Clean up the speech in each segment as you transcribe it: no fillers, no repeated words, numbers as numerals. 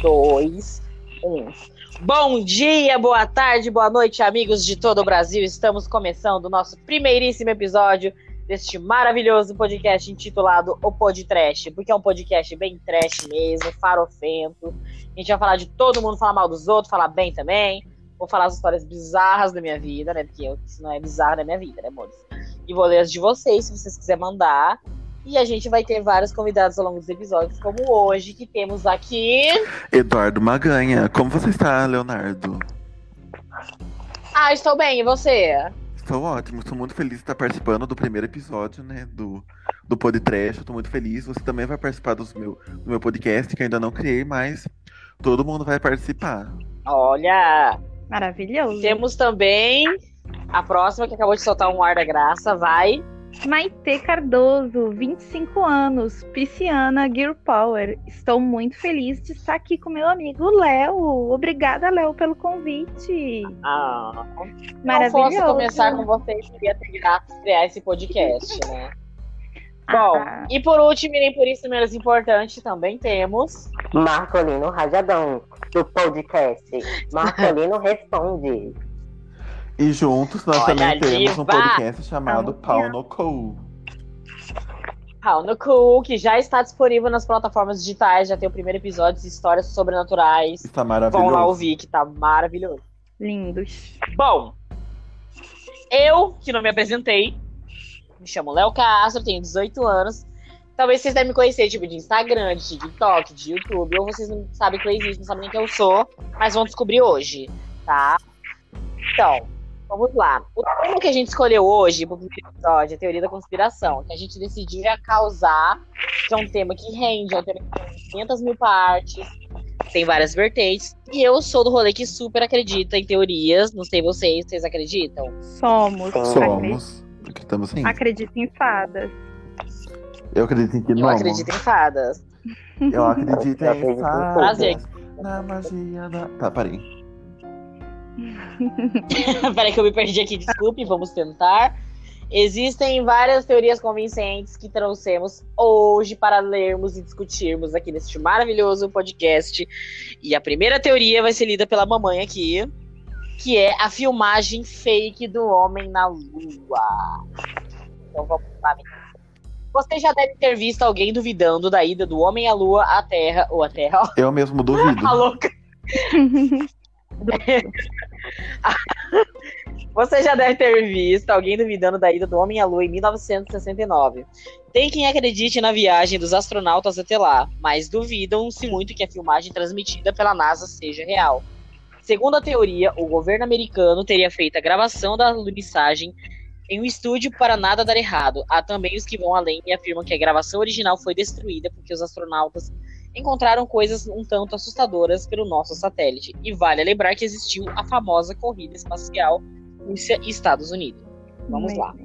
2, 1. Bom dia, boa tarde, boa noite, amigos de todo o Brasil. Estamos começando o nosso primeiríssimo episódio deste maravilhoso podcast intitulado O Pod Trash, porque é um podcast bem trash mesmo, farofento. A gente vai falar de todo mundo, falar mal dos outros, falar bem também. Vou falar as histórias bizarras da minha vida, né? Porque isso não é bizarro da minha vida, né, amores? E vou ler as de vocês, se vocês quiserem mandar. E a gente vai ter vários convidados ao longo dos episódios, como hoje, que temos aqui... Eduardo Maganha. Como você está, Leonardo? Estou bem, e você? Estou ótimo, estou muito feliz de estar participando do primeiro episódio, né, do Pod Trash. Estou muito feliz. Você também vai participar do meu podcast, que ainda não criei, mas todo mundo vai participar. Olha! Maravilhoso. Temos também a próxima, que acabou de soltar um ar da graça, vai... Maite Cardoso, 25 anos, pisciana, Girl Power. Estou muito feliz de estar aqui com meu amigo Léo. Obrigada, Léo, pelo convite. Maravilhoso. Maravilhoso. Se fosse começar com vocês, seria ter graça criar esse podcast, né? Bom, e por último, e nem por isso menos importante, também temos... Marcolino Rajadão, do podcast. Marcolino Responde. E juntos nós também temos um podcast chamado Pau no Cu. Pau no Cu, que já está disponível nas plataformas digitais. Já tem o primeiro episódio de histórias sobrenaturais. Está maravilhoso. Vão lá ouvir, que tá maravilhoso. Lindos. Bom, eu, que não me apresentei, me chamo Léo Castro, tenho 18 anos. Talvez vocês devem me conhecer, tipo, de Instagram, de TikTok, de YouTube. Ou vocês não sabem que eu existo, não sabem nem quem eu sou. Mas vão descobrir hoje, tá? Então... vamos lá. O tema que a gente escolheu hoje pro primeiro episódio é a teoria da conspiração, que a gente decidiu causar, que é um tema que rende, é um tema que tem 500 mil partes, tem várias vertentes, e eu sou do rolê que super acredita em teorias, não sei vocês acreditam? Somos. Acreditamos sim. Acredito em fadas. Eu acredito em que não. Eu acredito em fadas. Eu acredito em fadas. Prazer. Na magia da... Tá, parei. Peraí que eu me perdi aqui, desculpe, vamos tentar. Existem várias teorias convincentes que trouxemos hoje para lermos e discutirmos aqui neste maravilhoso podcast. E a primeira teoria vai ser lida pela mamãe aqui, que é a filmagem fake do Homem na Lua. Então vamos lá. Você já deve ter visto alguém duvidando da ida do Homem à Lua à Terra, ou à Terra. Eu mesmo duvido. A louca. Você já deve ter visto alguém duvidando da ida do Homem à Lua em 1969. Tem quem acredite na viagem dos astronautas até lá, mas duvidam-se muito que a filmagem transmitida pela NASA seja real. Segundo a teoria, o governo americano teria feito a gravação da lunissagem em um estúdio para nada dar errado. Há também os que vão além e afirmam que a gravação original foi destruída porque os astronautas encontraram coisas um tanto assustadoras pelo nosso satélite. E vale lembrar que existiu a famosa corrida espacial Rússia e Estados Unidos. Vamos lá.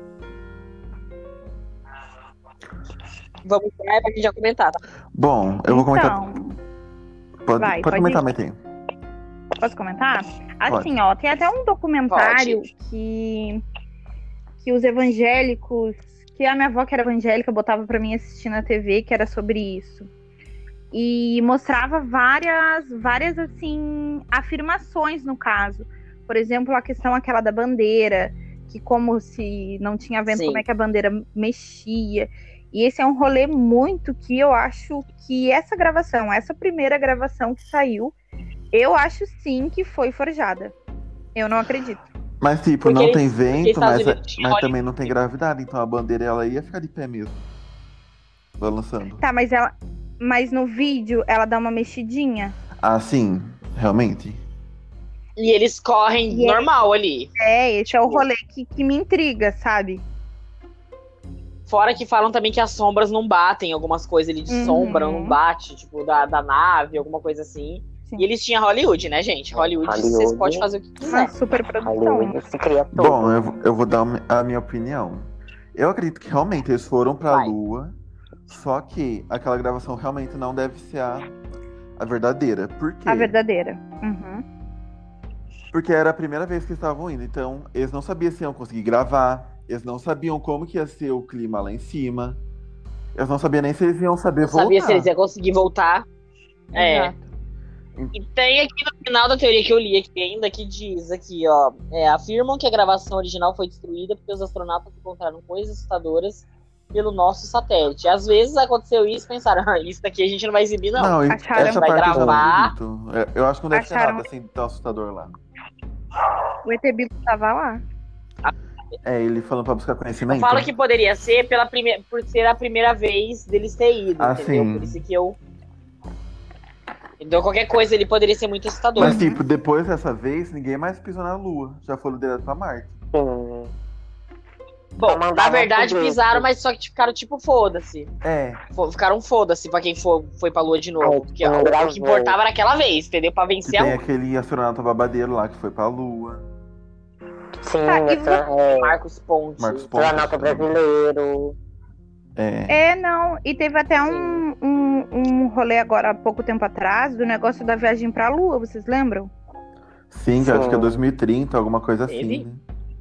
Vamos lá pra gente já comentar, tá? Bom, eu vou comentar. Pode comentar, Maite. Posso comentar? Assim, ó, tem até um documentário que os evangélicos, que a minha avó, que era evangélica, botava pra mim assistir na TV, que era sobre isso. E mostrava várias assim, afirmações no caso. Por exemplo, a questão aquela da bandeira, que como se não tinha vento, como é que a bandeira mexia. E esse é um rolê muito que eu acho que essa primeira gravação que saiu, eu acho sim que foi forjada. Eu não acredito. Mas tipo, porque não tem vento, mas também não tem gravidade, então a bandeira ela ia ficar de pé mesmo. Balançando. Tá, mas no vídeo ela dá uma mexidinha. Ah, sim, realmente. E eles correm normal ali. Esse é o rolê que me intriga, sabe? Fora que falam também que as sombras não batem, algumas coisas ali de sombra, não bate, tipo, da nave, alguma coisa assim. Sim. E eles tinham Hollywood, né, gente? Hollywood. Vocês podem fazer o que quiser. Super produção. Bom, eu vou dar a minha opinião. Eu acredito que realmente eles foram pra Lua, só que aquela gravação realmente não deve ser a verdadeira. Por quê? A verdadeira. Uhum. Porque era a primeira vez que eles estavam indo, então eles não sabiam se iam conseguir gravar, eles não sabiam como que ia ser o clima lá em cima, eles não sabiam nem se eles iam saber voltar. Não sabia se eles iam conseguir voltar. Exato. E tem aqui no final da teoria que eu li aqui ainda, que diz aqui, ó, afirmam que a gravação original foi destruída porque os astronautas encontraram coisas assustadoras pelo nosso satélite. Às vezes aconteceu isso e pensaram, isso daqui a gente não vai exibir, não. Não, Acharam- essa Vai parte eu já gravar. acredito. Eu acho que não deve ter Acharam- nada assim tão assustador lá. O ET Bilu tava lá. Ele falando pra buscar Eu conhecimento. falo que poderia ser por ser a primeira vez deles ter ido, Ah, entendeu? sim. Por isso que eu... Então qualquer coisa ele poderia ser muito assustador. Mas, tipo, depois dessa vez, ninguém mais pisou na Lua. Já foram direto pra Marte. Sim. Bom, Mandar na verdade outro pisaram, grupo. mas só que ficaram tipo foda-se. Ficaram foda-se pra quem foi pra Lua de novo. Porque não o que gravou. importava era aquela vez, entendeu? Pra Que vencer a tem Lua. aquele astronauta babadeiro lá que foi pra Lua. Sim, Tá, e Marcos Pontes. Marcos Pontes. astronauta brasileiro. Não. E teve até um rolê agora há pouco tempo atrás do negócio da viagem pra Lua, vocês lembram? Sim, que eu acho que é Sim. 2030, alguma coisa Teve? assim. Né?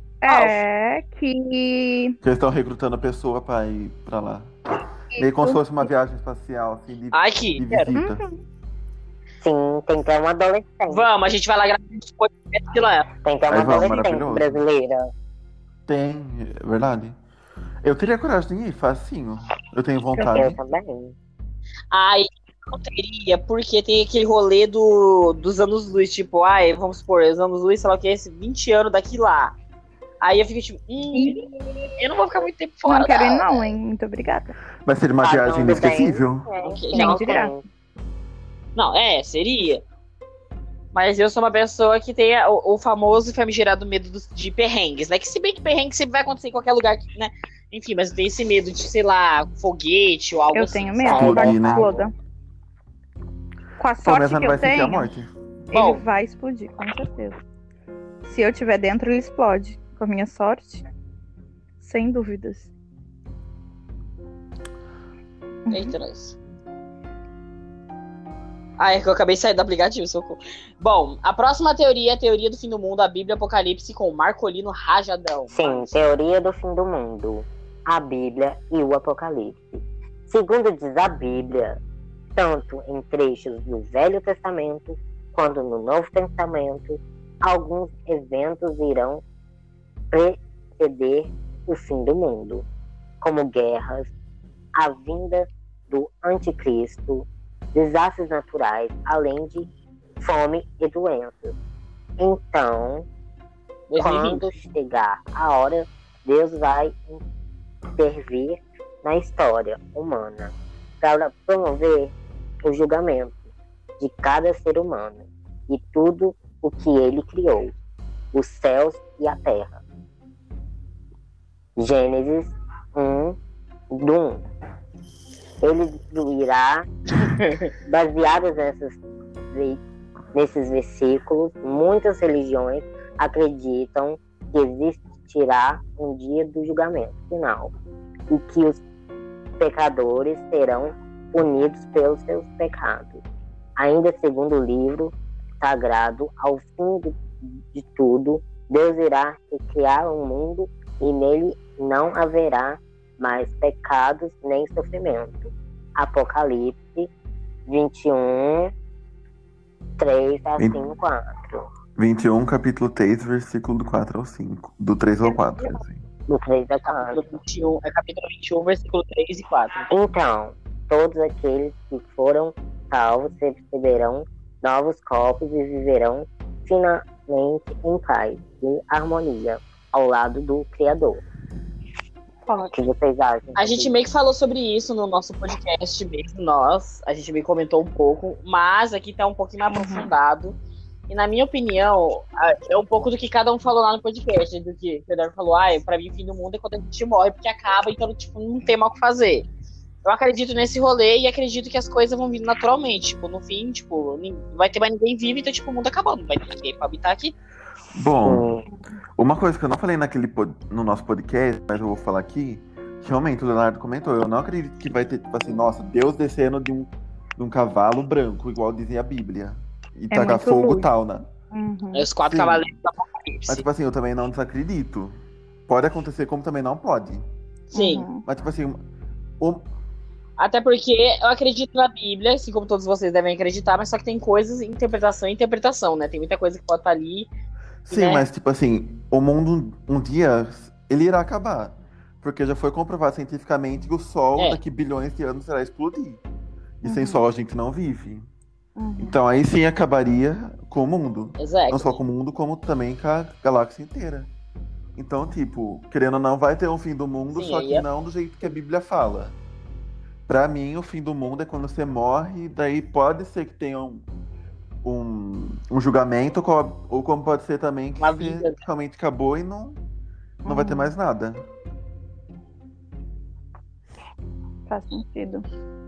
Que. Que eles estão recrutando a pessoa pra ir pra lá. Meio como se fosse uma viagem espacial, assim, de Ai, que... visita. Sim, tem que ter uma adolescente. Vamos, a gente vai lá gravar uns podcasts de lá. Tem que ter uma Aí vamos, adolescente maravilhoso. brasileira. Tem, é verdade. Eu teria coragem de ir, facinho. Eu tenho Eu vontade. também. Ai, não teria, porque tem aquele rolê dos anos-luz, tipo, vamos supor, os anos-luz, sei lá o que, esse 20 anos daqui lá. Aí eu fico tipo, eu não vou ficar muito tempo fora. Não quero ir, dela. não, hein? Muito obrigada. Mas seria uma Ah, viagem tudo bem. inesquecível. Ok, Nem já de graça. Não, seria. Mas eu sou uma pessoa que tem o famoso e famigerado medo de perrengues, né? Que se bem que perrengue sempre vai acontecer em qualquer lugar, né? Enfim, mas eu tenho esse medo de, sei lá, foguete ou algo Eu assim. tenho sabe? medo, Explodir, vai né? exploda. Com a Pô, sorte mas ela que não vai eu sentir a tenho, morte. ele Bom. vai explodir, com certeza. Se eu estiver dentro, ele explode. Com a minha sorte, sem dúvidas. Eita, nós. É que eu acabei de sair do aplicativo, socorro. Bom, a próxima teoria é a teoria do fim do mundo, a Bíblia Apocalipse com Marcolino Rajadão. Sim, teoria do fim do mundo. A Bíblia e o Apocalipse. Segundo diz a Bíblia, tanto em trechos do Velho Testamento quanto no Novo Testamento, alguns eventos irão preceder o fim do mundo, como guerras, a vinda do anticristo, desastres naturais, além de fome e doenças. Então, 2020. quando chegar a hora, Deus vai intervir na história humana para promover o julgamento de cada ser humano e tudo o que ele criou, os céus e a terra. Gênesis 1, do 1. Ele destruirá, baseadas nesses versículos, muitas religiões acreditam que existirá um dia do julgamento final e que os pecadores serão punidos pelos seus pecados. Ainda segundo o livro sagrado, ao fim de tudo, Deus irá recriar um mundo e nele não haverá mais pecados nem sofrimento. Apocalipse 21, 3 a 5, 4. 21, capítulo 3, versículo do 4 ao 5. Do 3 ao 4, assim. Do 3 a 4. Capítulo 21, versículo 3 e 4. Então, todos aqueles que foram salvos receberão novos corpos e viverão finalmente em paz e harmonia ao lado do Criador. O que vocês acham? A gente meio que falou sobre isso no nosso podcast mesmo, a gente meio que comentou um pouco, mas aqui tá um pouquinho mais aprofundado. E na minha opinião, é um pouco do que cada um falou lá no podcast, do que o Eduardo falou, pra mim o fim do mundo é quando a gente morre, porque acaba, então tipo, não tem mais o que fazer. Eu acredito nesse rolê e acredito que as coisas vão vindo naturalmente, tipo, no fim, tipo, não vai ter mais ninguém vivo, então tipo, o mundo acabando, não vai ter ninguém pra habitar aqui. Bom, uma coisa que eu não falei no nosso podcast, mas eu vou falar aqui, que realmente o Leonardo comentou, eu não acredito que vai ter, tipo assim, nossa, Deus descendo de um cavalo branco, igual dizia a Bíblia, e tacar muito fogo e lúdico. tal, né? Os 4 Sim. cavaleiros do Mas, Apocalipse. tipo assim, eu também não desacredito. Pode acontecer como também não pode. Sim. Uhum. Mas, tipo assim, Até porque eu acredito na Bíblia, assim como todos vocês devem acreditar, mas só que tem coisas, interpretação e interpretação, né? Tem muita coisa que pode estar ali. Sim, né? mas tipo assim, o mundo um dia ele irá acabar. Porque já foi comprovado cientificamente que o Sol daqui bilhões de anos irá explodir. E sem Sol a gente não vive. Então aí sim acabaria com o mundo. Exato. Não só com o mundo, como também com a galáxia inteira. Então, tipo, querendo ou não, vai ter um fim do mundo, Sim, só que não do jeito que a Bíblia fala. Pra mim, o fim do mundo é quando você morre, daí pode ser que tenha um julgamento, ou como pode ser também que você realmente acabou e não vai ter mais nada. Faz sentido.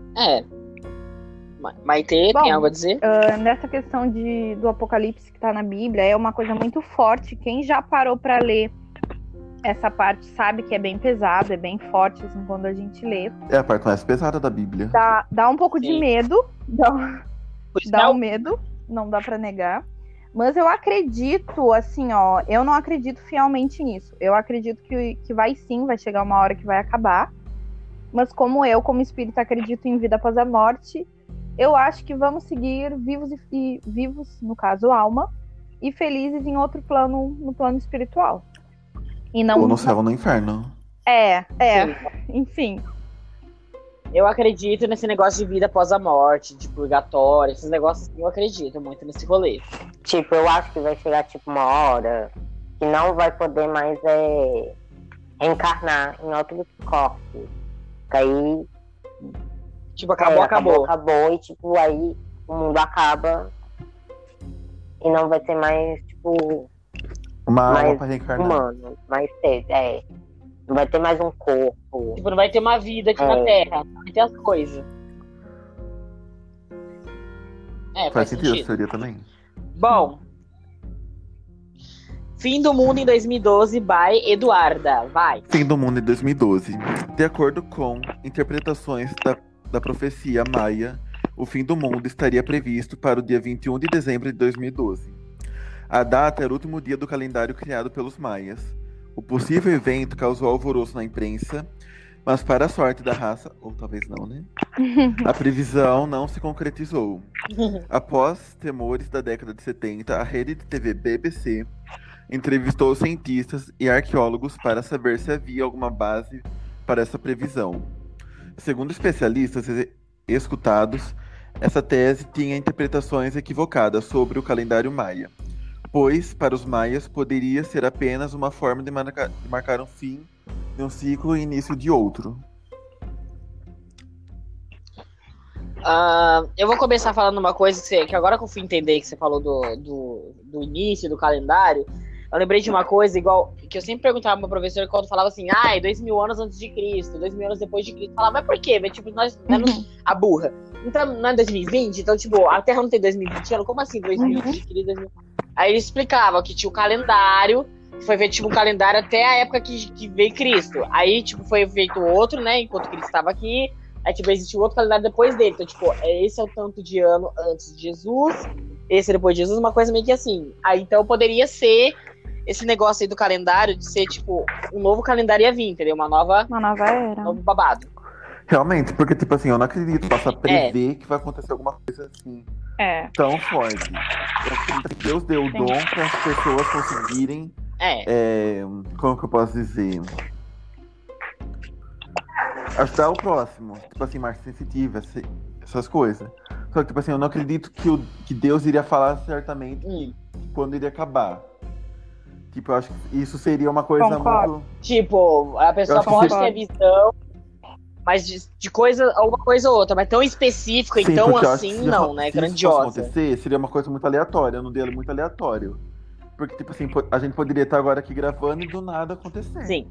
Maitê, tem algo a dizer? Nessa questão do apocalipse que tá na Bíblia, é uma coisa muito forte. Quem já parou pra ler essa parte sabe que é bem pesado, é bem forte, assim, quando a gente lê. É a parte mais pesada da Bíblia. Dá um pouco de medo, dá um medo, não dá pra negar. Mas eu acredito, assim, ó, eu não acredito fielmente nisso. Eu acredito que vai chegar uma hora que vai acabar. Mas como espírito, acredito em vida após a morte, eu acho que vamos seguir vivos, no caso, alma, e felizes em outro plano, no plano espiritual. E não, ou no céu ou no inferno. Enfim. Eu acredito nesse negócio de vida após a morte, de purgatório, esses negócios assim, eu acredito muito nesse rolê. Tipo, eu acho que vai chegar tipo uma hora que não vai poder mais reencarnar em outros corpos. Que aí... Tipo, acabou. Acabou e tipo, aí o mundo acaba e não vai ter mais, tipo... Uma alma pra reencarnar. Humano, mais cedo, Não vai ter mais um corpo. Tipo, não vai ter uma vida aqui na Terra. Não vai ter as coisas. Faz sentido, seria também. Bom. Fim do Mundo em 2012, by Eduarda. Vai. Fim do Mundo em 2012. De acordo com interpretações da profecia maia, o fim do mundo estaria previsto para o dia 21 de dezembro de 2012. A data era o último dia do calendário criado pelos maias. O possível evento causou alvoroço na imprensa, mas para a sorte da raça, ou talvez não, né? A previsão não se concretizou. Após temores da década de 70, a rede de TV BBC entrevistou cientistas e arqueólogos para saber se havia alguma base para essa previsão. Segundo especialistas escutados, essa tese tinha interpretações equivocadas sobre o calendário maia, pois, para os maias, poderia ser apenas uma forma de marcar um fim de um ciclo e início de outro. Eu vou começar falando uma coisa que agora que eu fui entender que você falou do início do calendário, eu lembrei de uma coisa igual que eu sempre perguntava pro meu professor quando falava assim, 2000 anos antes de Cristo, 2000 anos depois de Cristo. Eu falava, mas por quê? Tipo, nós a burra. Então, não é 2020? Então, tipo, a Terra não tem 2020 anos? Como assim 2020 de Cristo? 2000? Aí ele explicava que tinha o calendário, foi feito tipo um calendário até a época que veio Cristo. Aí, tipo, foi feito outro, né, enquanto Cristo estava aqui. Aí, tipo, existiu outro calendário depois dele. Então, tipo, esse é o tanto de ano antes de Jesus, esse é depois de Jesus, uma coisa meio que assim. Aí, então, poderia ser esse negócio aí do calendário de ser, tipo, um novo calendário ia vir, entendeu? Uma nova era. Um novo babado. Realmente, porque, tipo assim, eu não acredito, possa prever que vai acontecer alguma coisa assim tão forte. Eu acredito que Deus deu o dom para as pessoas conseguirem. Como que eu posso dizer? Ajudar o próximo. Tipo assim, mais sensitivo, essas coisas. Só que, tipo assim, eu não acredito que Deus iria falar certamente quando iria acabar. Tipo, eu acho que isso seria uma coisa muito... Tipo, a pessoa pode ter visão, mas de coisa, alguma coisa ou outra, mas tão específica, sim, então assim, não, né? Se grandiosa. Isso acontecer, seria uma coisa muito aleatória, no dele muito aleatório. Porque, tipo assim, a gente poderia estar agora aqui gravando e do nada acontecer. Sim.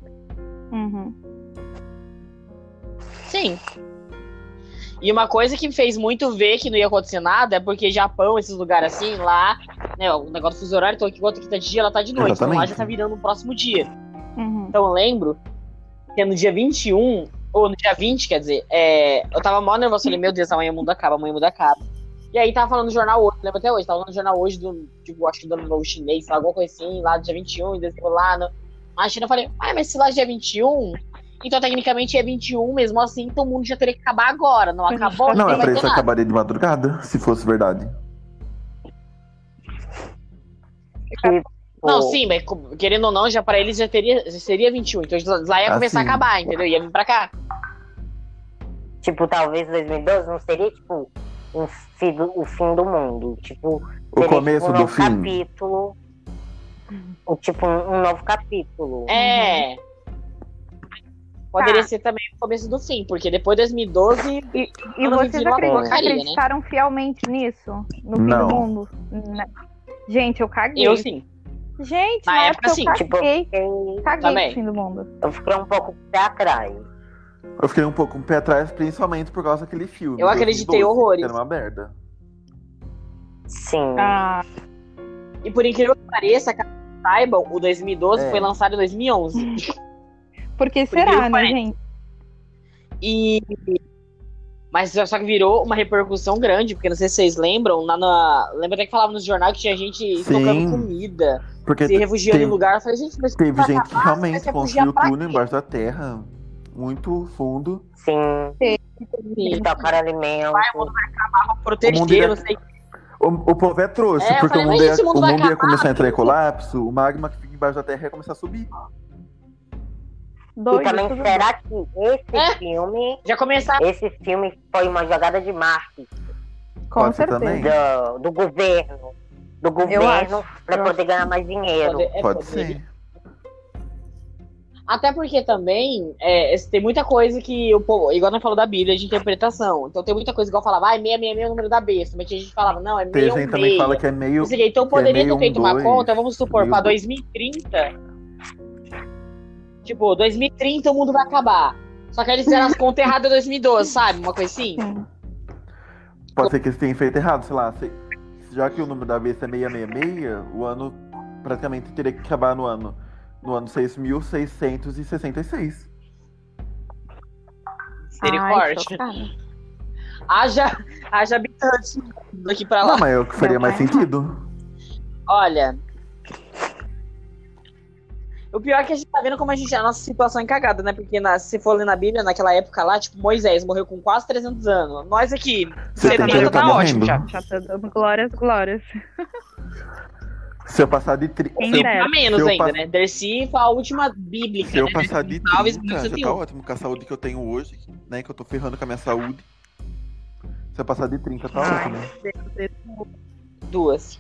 Sim. E uma coisa que me fez muito ver que não ia acontecer nada é porque Japão, esses lugares assim, lá, né, o negócio do fuso horário, então aqui enquanto aqui tá de dia, ela tá de noite. Exatamente. Então lá já tá virando o próximo dia. Então eu lembro que no dia 21, ou no dia 20, quer dizer, eu tava mó nervoso, falei, meu Deus, amanhã o mundo acaba. E aí tava falando no jornal hoje, lembro até hoje, tava falando no jornal hoje tipo, acho que do ano novo chinês, alguma coisa assim, lá do dia 21, e depois lá na China, eu falei, mas se lá dia 21, Então, tecnicamente, é 21, mesmo assim, então o mundo já teria que acabar agora. Não acabou, Não, não é vai pra ter isso nada. acabaria de madrugada, se fosse verdade. Tipo, Não, sim, mas querendo ou não, já pra eles já seria 21. Então lá ia começar a Assim. acabar, entendeu? Ia vir pra cá. tipo, talvez 2012 não seria, tipo, o fim do mundo. Tipo, O seria, começo tipo, um do novo fim. capítulo. Ou, tipo, um novo capítulo. É. Poderia Tá. ser também o começo do fim, porque depois de 2012. E Ano vocês virou uma porcaria, né? acreditaram fielmente nisso? No fim Não. do mundo? Gente, eu caguei. Eu sim. Gente, Na na época, época sim, eu Tipo, caguei. Caguei Também. pro fim do mundo. eu fiquei um pouco pé atrás. Eu fiquei um pouco com o pé atrás, principalmente por causa daquele filme. Eu acreditei 2012, horrores. que era uma merda. Sim. Ah, E por incrível que pareça, caso saibam, o 2012 É. foi lançado em 2011. porque Porque será, eu né, parece. gente? Mas só que virou uma repercussão grande, porque não sei se vocês lembram, lembra até que falava nos jornais que tinha gente Sim. estocando comida, Porque se refugiando em teve, lugar. Eu falei, gente, mas teve vai gente que acabar, realmente vai se construiu refugiar pra túnel quê? embaixo da terra. Muito fundo. Sim. Sim. Estocar alimento. Proteger, iria- não sei. O povo é trouxa, É, eu porque falei, o mundo, mas esse mundo vai ia acabar, começar a entrar em tudo. colapso, o magma que fica embaixo da terra ia começar a subir. Doido, E também, tudo será que Já começaram. esse filme foi uma jogada de marketing Com Pode ser certeza. também. do governo? Do governo para eu poder ganhar mais dinheiro. Pode ser. Até porque também tem muita coisa que o povo, igual nós falou da Bíblia, de interpretação. Então tem muita coisa igual falava, 666 é o número da besta. Mas tinha gente que falava, não, é Tem gente também que 616. fala que é meio. Não sei o quê. Então que é poderia ter 612, feito uma conta, vamos supor, pra 612. 2030. Tipo, 2030 o mundo vai acabar. Só que eles fizeram as contas erradas em 2012, sabe? Uma coisa assim. Sim. Pode ser que eles tenham feito errado, sei lá. Já que o número da besta é 666, o ano praticamente teria que acabar no ano 6.666. Seria Ai, forte. chocada. Haja habitantes daqui pra lá. Não, mas é o que faria Meu mais pai. sentido. Olha. O pior é que a gente tá vendo como a nossa situação é cagada, né? Porque se for ler na Bíblia, naquela época lá, tipo, Moisés morreu com quase 300 anos. Nós aqui, 70 70 já tá tá ótimo morrendo. já. Já tá dando glórias. Se eu passar de 30. Quem Sempre dera. a menos Se eu ainda, pass- né? Dercy foi a última bíblica, Se eu né? passar de 19, 30, já tá 1901. ótimo com a saúde que eu tenho hoje, né? Que eu tô ferrando com a minha saúde. Se eu passar de 30, tá Ai, ótimo. Duas.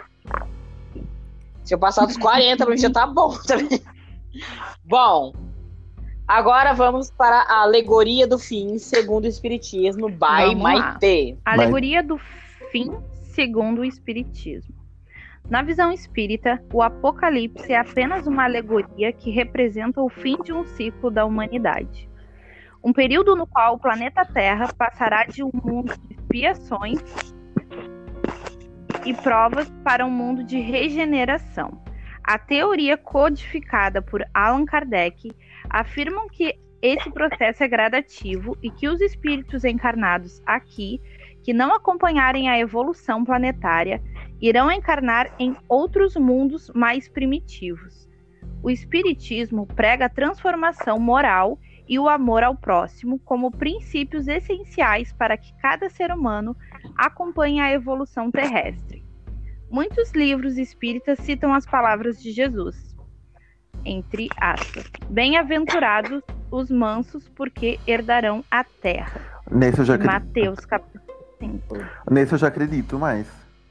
Se eu passar dos 40, pra mim já tá bom também. Bom, agora vamos para a alegoria do fim, segundo o Espiritismo, by Vamos lá. Maitê. Alegoria do fim segundo o Espiritismo. Na visão espírita, o Apocalipse é apenas uma alegoria que representa o fim de um ciclo da humanidade. Um período no qual o planeta Terra passará de um mundo de expiações e provas para um mundo de regeneração. A teoria codificada por Allan Kardec afirma que esse processo é gradativo e que os espíritos encarnados aqui, que não acompanharem a evolução planetária, irão encarnar em outros mundos mais primitivos. O Espiritismo prega a transformação moral e o amor ao próximo como princípios essenciais para que cada ser humano acompanhe a evolução terrestre. Muitos livros espíritas citam as palavras de Jesus, entre aspas, bem-aventurados os mansos, porque herdarão a terra. Nesse eu já acredito. Mateus, capítulo 5. Nesse eu já acredito mais.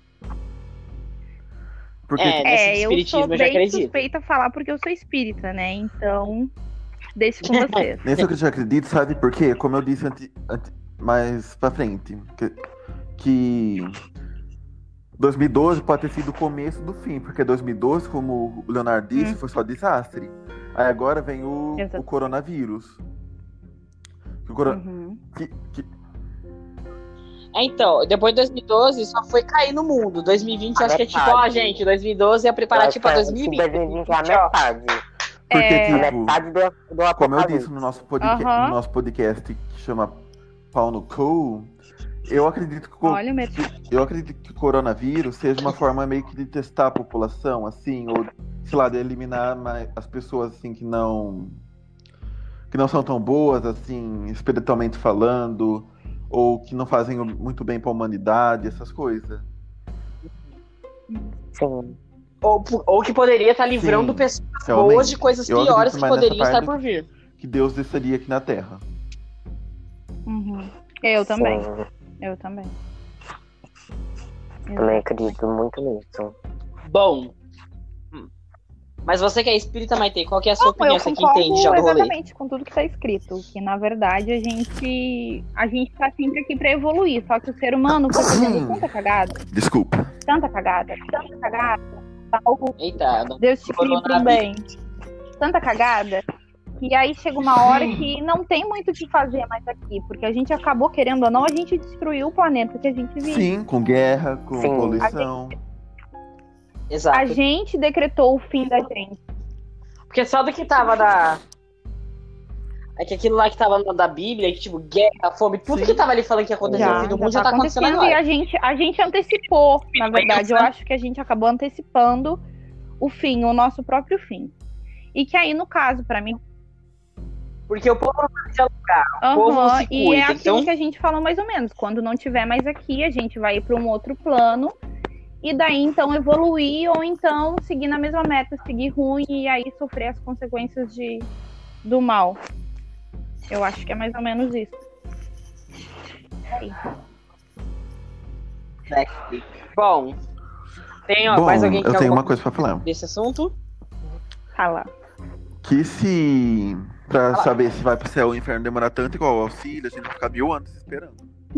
Porque Nesse Eu espiritismo sou eu já bem acredito. suspeita a falar porque eu sou espírita, né? Então, deixo com vocês. nesse eu já acredito, sabe por quê? Como eu disse mais pra frente. Que 2012 pode ter sido o começo do fim, porque 2012, como o Leonardo disse, foi só desastre. Aí agora vem o Exato. coronavírus. Uhum. Então, depois de 2012 só foi cair no mundo. 2020 acho que é tipo, ó, gente, 2012 é preparativo pra 2020. 2020 é a metade. Porque, A tipo, metade do como eu apocalipse. disse no nosso Aham. podcast que chama Pau no Cu, eu acredito que Olha, meu... eu acredito que o coronavírus seja uma forma meio que de testar a população, assim, ou, sei lá, de eliminar as pessoas, assim, que não que não são tão boas, assim, espiritualmente falando, ou que não fazem muito bem pra humanidade, essas coisas. Sim. Ou que poderia estar livrando Sim, pessoas realmente. boas de coisas Eu piores acredito que mais nessa poderiam estar parte por vir. que Deus desceria aqui na Terra. Eu também. Sim. Eu também. Também acredito muito nisso. Bom. Mas você que é espírita, Maite, qual que é a sua Não, opinião? eu Você que entende concordo já do rolê. exatamente com tudo que está escrito. Que, na verdade, a gente tá sempre aqui para evoluir. Só que o ser humano foi fazendo tanta cagada. Desculpa. Tanta cagada. Algo Eita, Deus te crie pro bem. Tanta cagada. E aí chega uma hora que não tem muito o que fazer mais aqui. Porque a gente acabou, querendo ou não, a gente destruiu o planeta que a gente vive. Sim, com guerra, com Sim. poluição. exato. A gente decretou o fim da gente. Porque só do que tava da. É que aquilo lá que tava da Bíblia, que tipo, guerra, fome, tudo que tava ali falando que ia acontecer no fim do mundo já tá acontecendo agora. E a gente antecipou, na verdade. Eu acho que a gente acabou antecipando o fim, o nosso próprio fim. E que aí, no caso, pra mim. Porque o povo não vai se alugar, o povo não se E cuida. é aquilo Então, que a gente falou mais ou menos. Quando não tiver mais aqui, a gente vai ir pra um outro plano. E daí, então, evoluir ou então seguir na mesma meta, seguir ruim e aí sofrer as consequências do mal. Eu acho que é mais ou menos isso. Aí. bom, tem Bom, mais alguém que eu quer tenho alguma uma coisa pra falar. desse assunto? Fala. Que se pra saber se vai pro céu ou inferno demorar tanto igual o auxílio, a gente vai ficar 1000 anos esperando.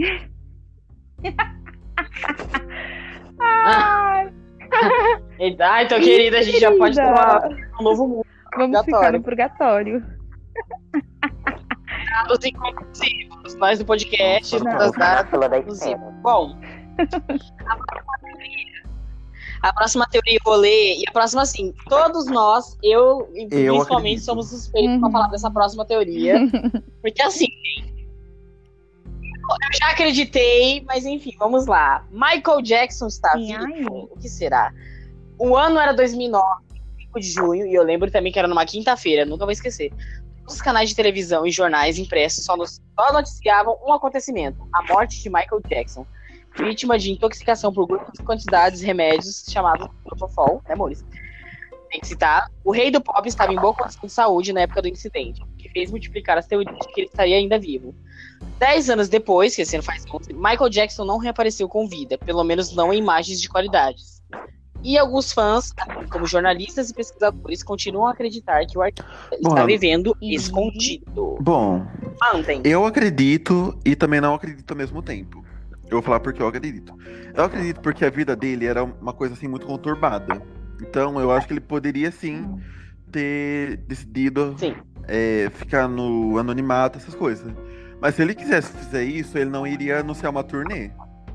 Ai, Então, querida, a gente já pode ter um novo mundo. Vamos ficar no purgatório. Dados inconclusivos, nós do podcast, Não. das Na dados fila da inconclusivos. espera. Bom, a próxima teoria rolê, e a próxima, assim, todos nós, eu principalmente, acredito. somos suspeitos pra falar dessa próxima teoria. Porque, assim, eu já acreditei, mas enfim, vamos lá. Michael Jackson está vivo? O que será? O ano era 2009, 5 de junho, e eu lembro também que era numa quinta-feira, nunca vou esquecer. Os canais de televisão e jornais impressos só noticiavam um acontecimento: a morte de Michael Jackson, vítima de intoxicação por grandes quantidades de remédios chamados Propofol, né, Maurício? Tem que citar. O rei do pop estava em boa condição de saúde na época do incidente, o que fez multiplicar as teorias de que ele estaria ainda vivo. 10 anos depois, que esse ano faz 11, Michael Jackson não reapareceu com vida, pelo menos não em imagens de qualidades. E alguns fãs, como jornalistas e pesquisadores, continuam a acreditar que o artista está vivendo escondido. Bom, Mantem. eu acredito e também não acredito ao mesmo tempo. Eu vou falar porque eu acredito. Eu acredito porque a vida dele era uma coisa assim muito conturbada. Então eu acho que ele poderia sim ter decidido ficar no anonimato, essas coisas. Mas se ele quisesse fazer isso, ele não iria anunciar uma turnê.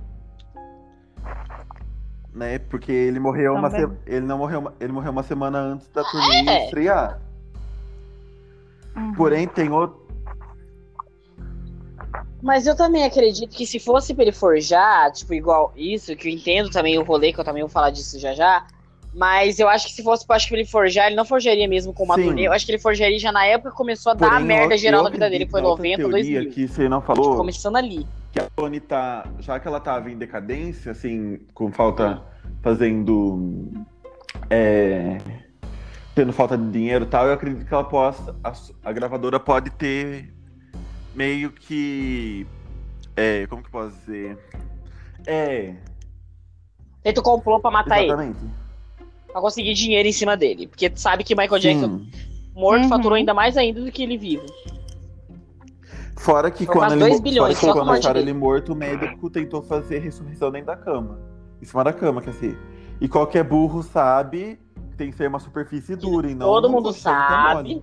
Né? Porque ele morreu ele morreu uma semana antes da turnê estrear. Porém, tem outro. Mas eu também acredito que se fosse pra ele forjar, tipo, igual isso, que eu entendo também o rolê, que eu também vou falar disso já, mas eu acho que se fosse pra ele forjar, ele não forjaria mesmo com uma turnê. Eu acho que ele forjaria já na época que começou a dar a merda geral na vida dele, que foi 90, 2000. Que você não falou, tipo, começando ali. Que a Sony tá, já que ela tava em decadência, assim, com falta, fazendo, tendo falta de dinheiro e tal, eu acredito que ela possa, a gravadora pode ter meio que, como que eu posso dizer? Feito complô pra matar Exatamente. ele. Pra conseguir dinheiro em cima dele. Porque sabe que Michael Jackson morto faturou ainda mais ainda do que ele vivo. Fora que foi quando ele, 2 bilhões, fora que quando acharam dele. Ele morto, o médico tentou fazer ressurreição dentro da cama. Em cima da cama, quer dizer. E qualquer burro sabe que tem que ser uma superfície dura. E não todo mundo sabe.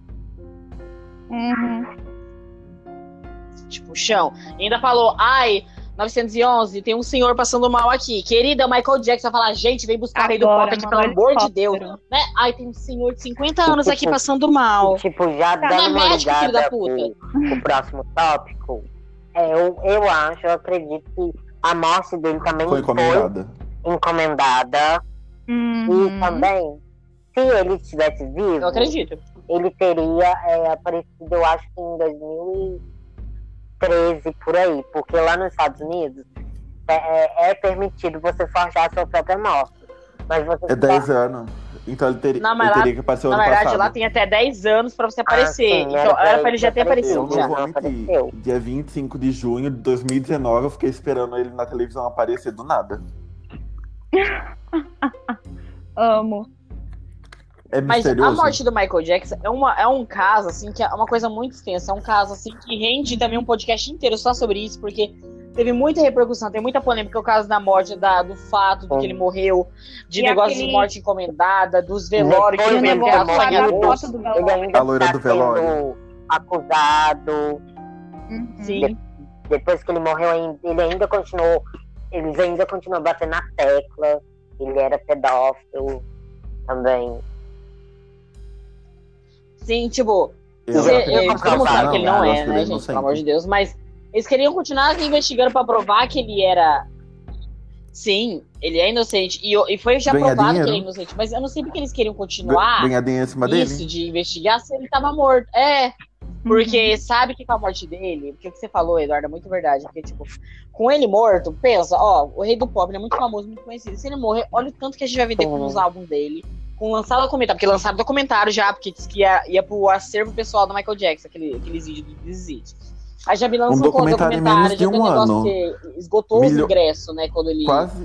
Tipo, chão. E ainda falou, 911, tem um senhor passando mal aqui. Querida, Michael Jackson vai falar, gente, vem buscar o rei do pop aqui, pelo amor de Deus. Né? Tem um senhor de 50 anos aqui passando mal. Tipo, já dando uma ligada o próximo tópico, eu acredito que a morte dele também foi encomendada. E também se ele estivesse vivo, Eu acredito. ele teria aparecido, eu acho que em 2013, por aí. Porque lá nos Estados Unidos é permitido você forjar a sua própria morte. Mas você É 10 anos. Então ele teria que aparecer o ano Na verdade, passado. lá tem até 10 anos pra você aparecer. sim, então era pra ele já ter Eu aparecido. não Já. vou mentir. Dia 25 de junho de 2019, eu fiquei esperando ele na televisão aparecer do nada. Amo. É Mas misterioso. a morte do Michael Jackson é um caso, assim, que é uma coisa muito extensa. É um caso, assim, que rende também um podcast inteiro só sobre isso, porque teve muita repercussão, tem muita polêmica. O caso da morte, do fato de que ele morreu, de E negócio de morte encomendada, dos velórios que Depois ele de teve ter que pagar morrido, no bolso. do ele velório. ainda A loira está do velório. sendo acusado. Sim. Depois que ele morreu, eles ainda continuam batendo na tecla. Ele era pedófilo também. Sim, tipo, Eu todo mundo sabe que ele não eu é, acho né, ele gente? inocente. Pelo amor de Deus. Mas eles queriam continuar investigando pra provar que ele era. Sim, ele é inocente. E foi já Ganhar provado dinheiro. que ele é inocente. Mas eu não sei porque eles queriam continuar Ganhar dinheiro em cima isso dele. de investigar se ele tava morto. Porque sabe que com a morte dele, porque o que você falou, Eduardo, é muito verdade. Porque, tipo, com ele morto, pensa, o Rei do Pop, ele é muito famoso, muito conhecido. Se ele morrer, olha o tanto que a gente vai vender com os álbuns dele. Com lançado documentário, porque lançaram documentário já, porque disse que ia pro acervo pessoal do Michael Jackson, aqueles vídeos do Desiste. Aí já me lançou documentário em menos de já tem um negócio ano. que esgotou os ingressos, né, quando ele... Quase.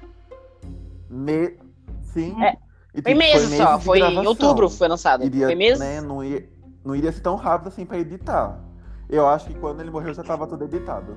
Sim. E, Foi meses só, de foi em gravação. outubro foi lançado. Foi meses. Né, não iria ser tão rápido assim pra editar. Eu acho que quando ele morreu já tava tudo editado.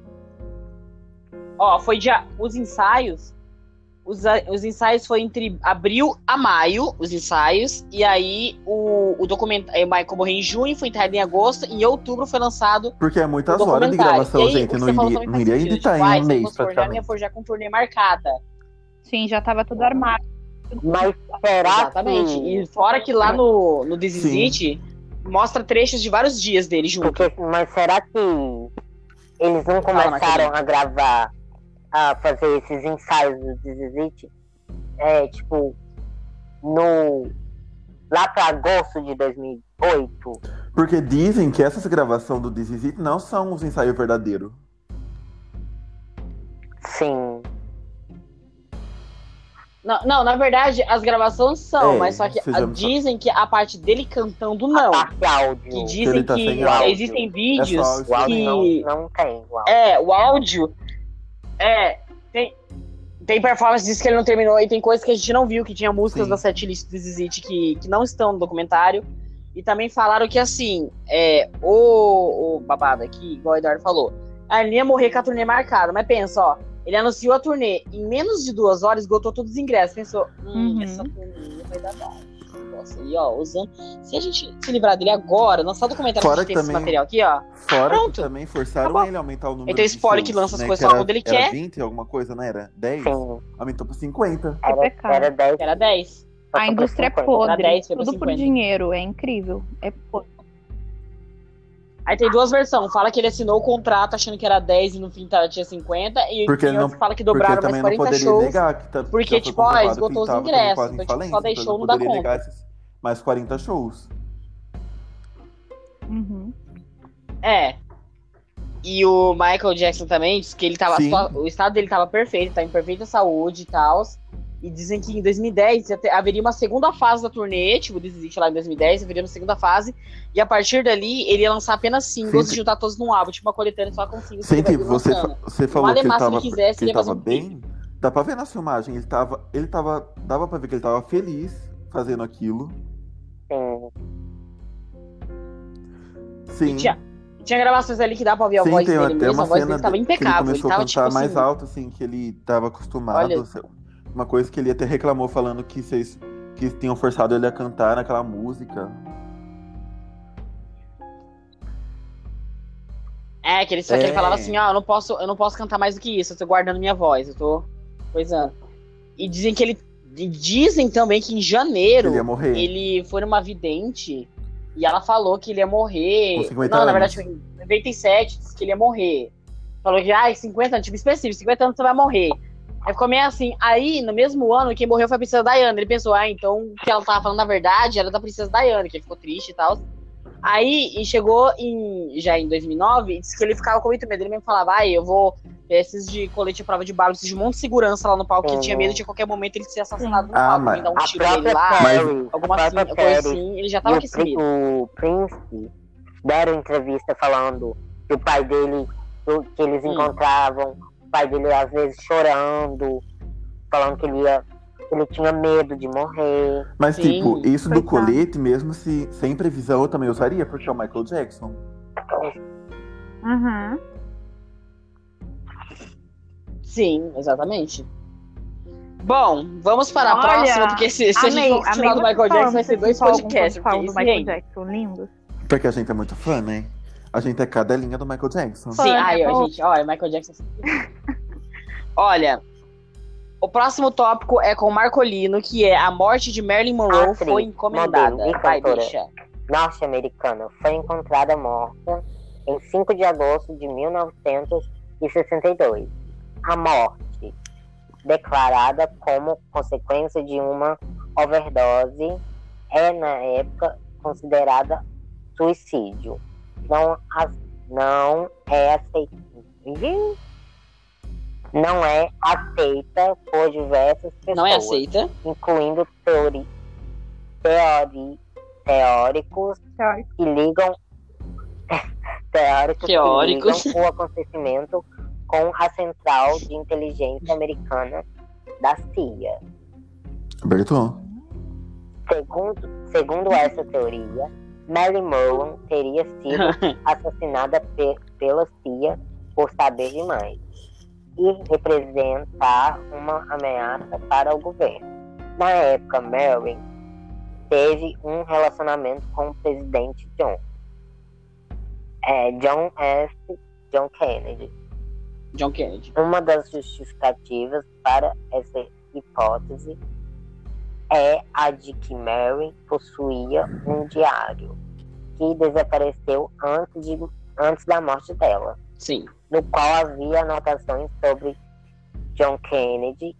Foi os ensaios. Os ensaios foi entre abril a maio, os ensaios, e aí o documentário, Michael morreu em junho, foi enterrado em agosto, e em outubro foi lançado. Porque é muitas o horas de documentário. gravação, E aí, gente. o que Não você falou iria, também não faz iria sentido, editar tipo, em um se mês, fosse forjar, não ia praticamente. forjar com turnê marcada. Sim, já tava tudo armado. Mas será Exatamente. que... E fora que lá no This Is It, mostra trechos de vários dias dele junto. Mas será que eles não começaram a gravar, a fazer esses ensaios do This Is It? Tipo, lá pra agosto de 2008? Porque dizem que essas gravações do This Is It não são os ensaios verdadeiros. Sim. Não, na verdade, as gravações são, mas só que dizem que a parte dele cantando não. A parte áudio. Que dizem tá que existem vídeos O áudio que... não tem. O áudio... Tem performances que ele não terminou e tem coisas que a gente não viu, que tinha músicas da setlist do This Is It que não estão no documentário. E também falaram que, assim, o babado aqui, igual o Eduardo falou, ele ia morrer com a turnê marcada. Mas pensa, ele anunciou a turnê, em menos de 2 horas esgotou todos os ingressos. Pensou, essa turnê vai dar bom. Nossa, e usando... Se a gente se livrar dele agora, lançar o documentário que a gente tem esse material aqui, Fora pronto. que também forçaram ele a aumentar o número então, de spoiler shows, que lança as né, coisas só quando ele era quer. 20, alguma coisa, não era? 10? Sim. Aumentou pra 50. Era 10. Era 10. A indústria é Era podre, 10, foi pra tudo por 50. dinheiro, é incrível. É podre. Aí tem 2 versões. Fala que ele assinou o contrato achando que era 10 e no fim tinha 50. E Porque tem ele outro que fala que Porque dobraram também mais não 40 poderia shows. negar que tá, Porque, já foi tipo, comprovado esgotou que os ele tava ingressos. quase em Então, tipo, falência, só deixou então não ele dar poderia conta. negar esses mais 40 shows. Uhum. E o Michael Jackson também disse que ele tava. Sim. O estado dele tava perfeito, tá em perfeita saúde e tal. E dizem que em 2010 haveria uma segunda fase da turnê, tipo, desiste lá em 2010, haveria uma segunda fase. E a partir dali, ele ia lançar apenas singles e juntar todos num álbum, tipo uma coletânea só com singles. Sim, que ele vai lançando. você falou que ele Alemar, se tava, ele quisesse, que ele ele ia fazer tava um bem. Dá pra ver na filmagem, dava pra ver que ele tava feliz fazendo aquilo. Sim. E tinha gravações ali que dá pra ouvir a voz tem dele até mesmo, uma a voz cena dele tava que ele impecável. começou Ele tava a cantar tipo mais assim, alto, assim, que ele tava acostumado. Olha. Uma coisa que ele até reclamou, falando que tinham forçado ele a cantar naquela música. que ele falava assim, eu não posso cantar mais do que isso, eu tô guardando minha voz, eu tô coisando. E dizem também que em janeiro Ele ia morrer. ele foi numa vidente e ela falou que ele ia morrer. Com 50 na anos. verdade, foi em 97, disse que ele ia morrer. Falou que, 50 anos, tipo específico, 50 anos você vai morrer. Aí ficou meio assim. Aí, no mesmo ano, quem morreu foi a Princesa Diana. Ele pensou, então o que ela tava falando na verdade era da Princesa Diana, que ele ficou triste e tal. Aí, e chegou já em 2009, e disse que ele ficava com muito medo. Ele mesmo falava, eu vou esses de colete à prova de bala, esses de um monte de segurança lá no palco, que ele tinha medo de a qualquer momento ele ser assassinado no palco, alguém dar um tiro nele lá, alguma coisa assim, ele já tava com esse medo. O Prince deram entrevista falando que o pai dele, que eles encontravam, o pai dele às vezes chorando, falando que ele tinha medo de morrer. Mas, tipo, isso do colete, mesmo sem previsão, eu também usaria, porque é o Michael Jackson. Uhum. Sim, exatamente. Bom, vamos para a próxima, porque se a gente for continuar do Michael Jackson, vai ser 2 podcasts. Porque do Michael Jackson, lindo. Porque a gente é muito fã, né? A gente é cadelinha do Michael Jackson. Sim, gente, olha, Michael Jackson. Olha, o próximo tópico é com o Marcolino, que é a morte de Marilyn Monroe foi encomendada. Vai, bicha. Norte-americana foi encontrada morta em 5 de agosto de 1962. A morte, declarada como consequência de uma overdose, é na época considerada suicídio. Não é aceita por diversas pessoas. Não é aceita. Incluindo teóricos que ligam o acontecimento com a Central de Inteligência Americana da CIA. Bertou. Segundo essa teoria, Marilyn Monroe teria sido assassinada pela CIA por saber demais e representar uma ameaça para o governo. Na época, Marilyn teve um relacionamento com o presidente John Kennedy. Uma das justificativas para essa hipótese é a de que Marilyn possuía um diário que desapareceu antes da morte dela. Sim. No qual havia anotações sobre John Kennedy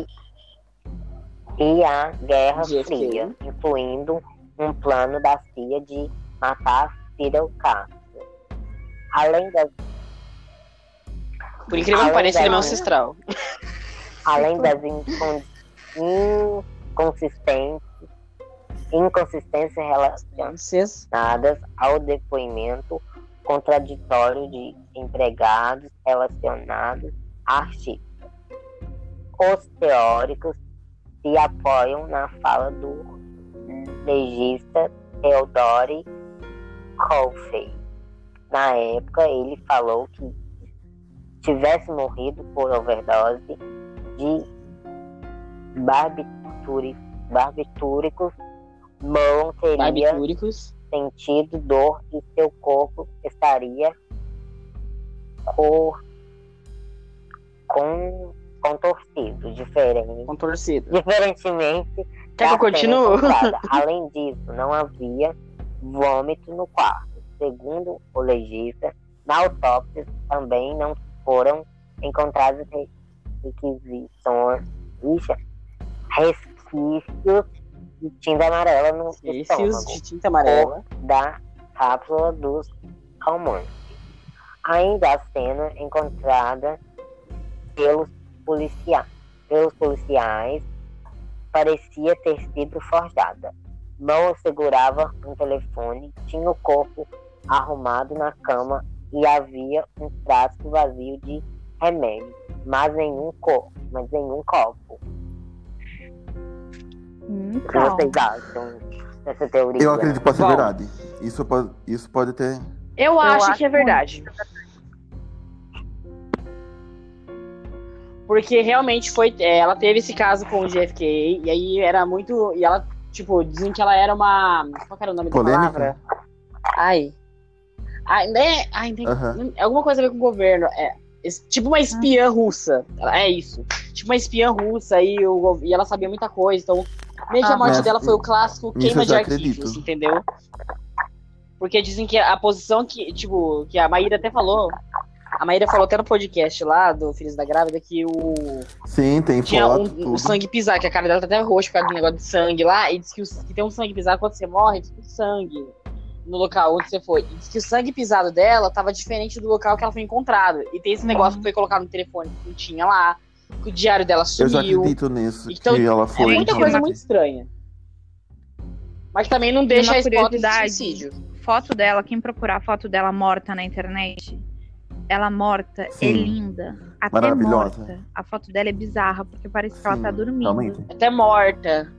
e a Guerra Fria, incluindo um plano da CIA de matar Fidel Castro. Por incrível que pareça, ele é meu ancestral. Além das inconsistências relacionadas ao depoimento contraditório de empregados relacionados à artista. Os teóricos se apoiam na fala do legista Theodore Coffey. Na época, ele falou que tivesse morrido por overdose de barbitúricos, Monroe teria sentido dor e seu corpo estaria contorcido, diferentemente. Quer que eu continue? Além disso, não havia vômito no quarto. Segundo o legista, na autópsia também não foram encontrados resquícios de tinta amarela no estômago da cápsula dos calmantes. Ainda a cena encontrada pelos policiais parecia ter sido forjada. Monroe segurava um telefone, tinha o corpo arrumado na cama e havia um frasco vazio de remédio, mas nenhum copo. O que vocês acham dessa teoria? Eu acredito que pode ser verdade. Isso pode ter. Eu acho que é verdade. Porque realmente ela teve esse caso com o JFK, e aí era muito. E ela, tipo, dizem que ela era uma. Qual era o nome polêmica? Da palavra? Alguma coisa a ver com o governo. Tipo uma espiã russa. É isso. Tipo uma espiã russa e ela sabia muita coisa. Então, meio que a morte dela foi o clássico queima de arquivos, entendeu? Porque dizem que a posição que a Maíra até falou, A Maíra falou até no podcast lá do Filhos da Grávida que Sim, tem tinha foto, o sangue pisar, que a cara dela tá até roxa por causa do negócio de sangue lá, e diz que tem um sangue pisado quando você morre, tem sangue no local onde você foi. E diz que o sangue pisado dela tava diferente do local que ela foi encontrada. E tem esse negócio que foi colocado no telefone que não tinha lá, que o diário dela Eu já sumiu. acredito nisso, Então, que ela É foi. muita coisa muito estranha. Mas também não deixa a hipótese de curiosidade. suicídio. Foto dela, quem procurar foto dela morta na internet, ela morta Sim. é linda. Até Maravilhosa. morta. A foto dela é bizarra, porque parece que ela Sim, tá dormindo. realmente. Até morta.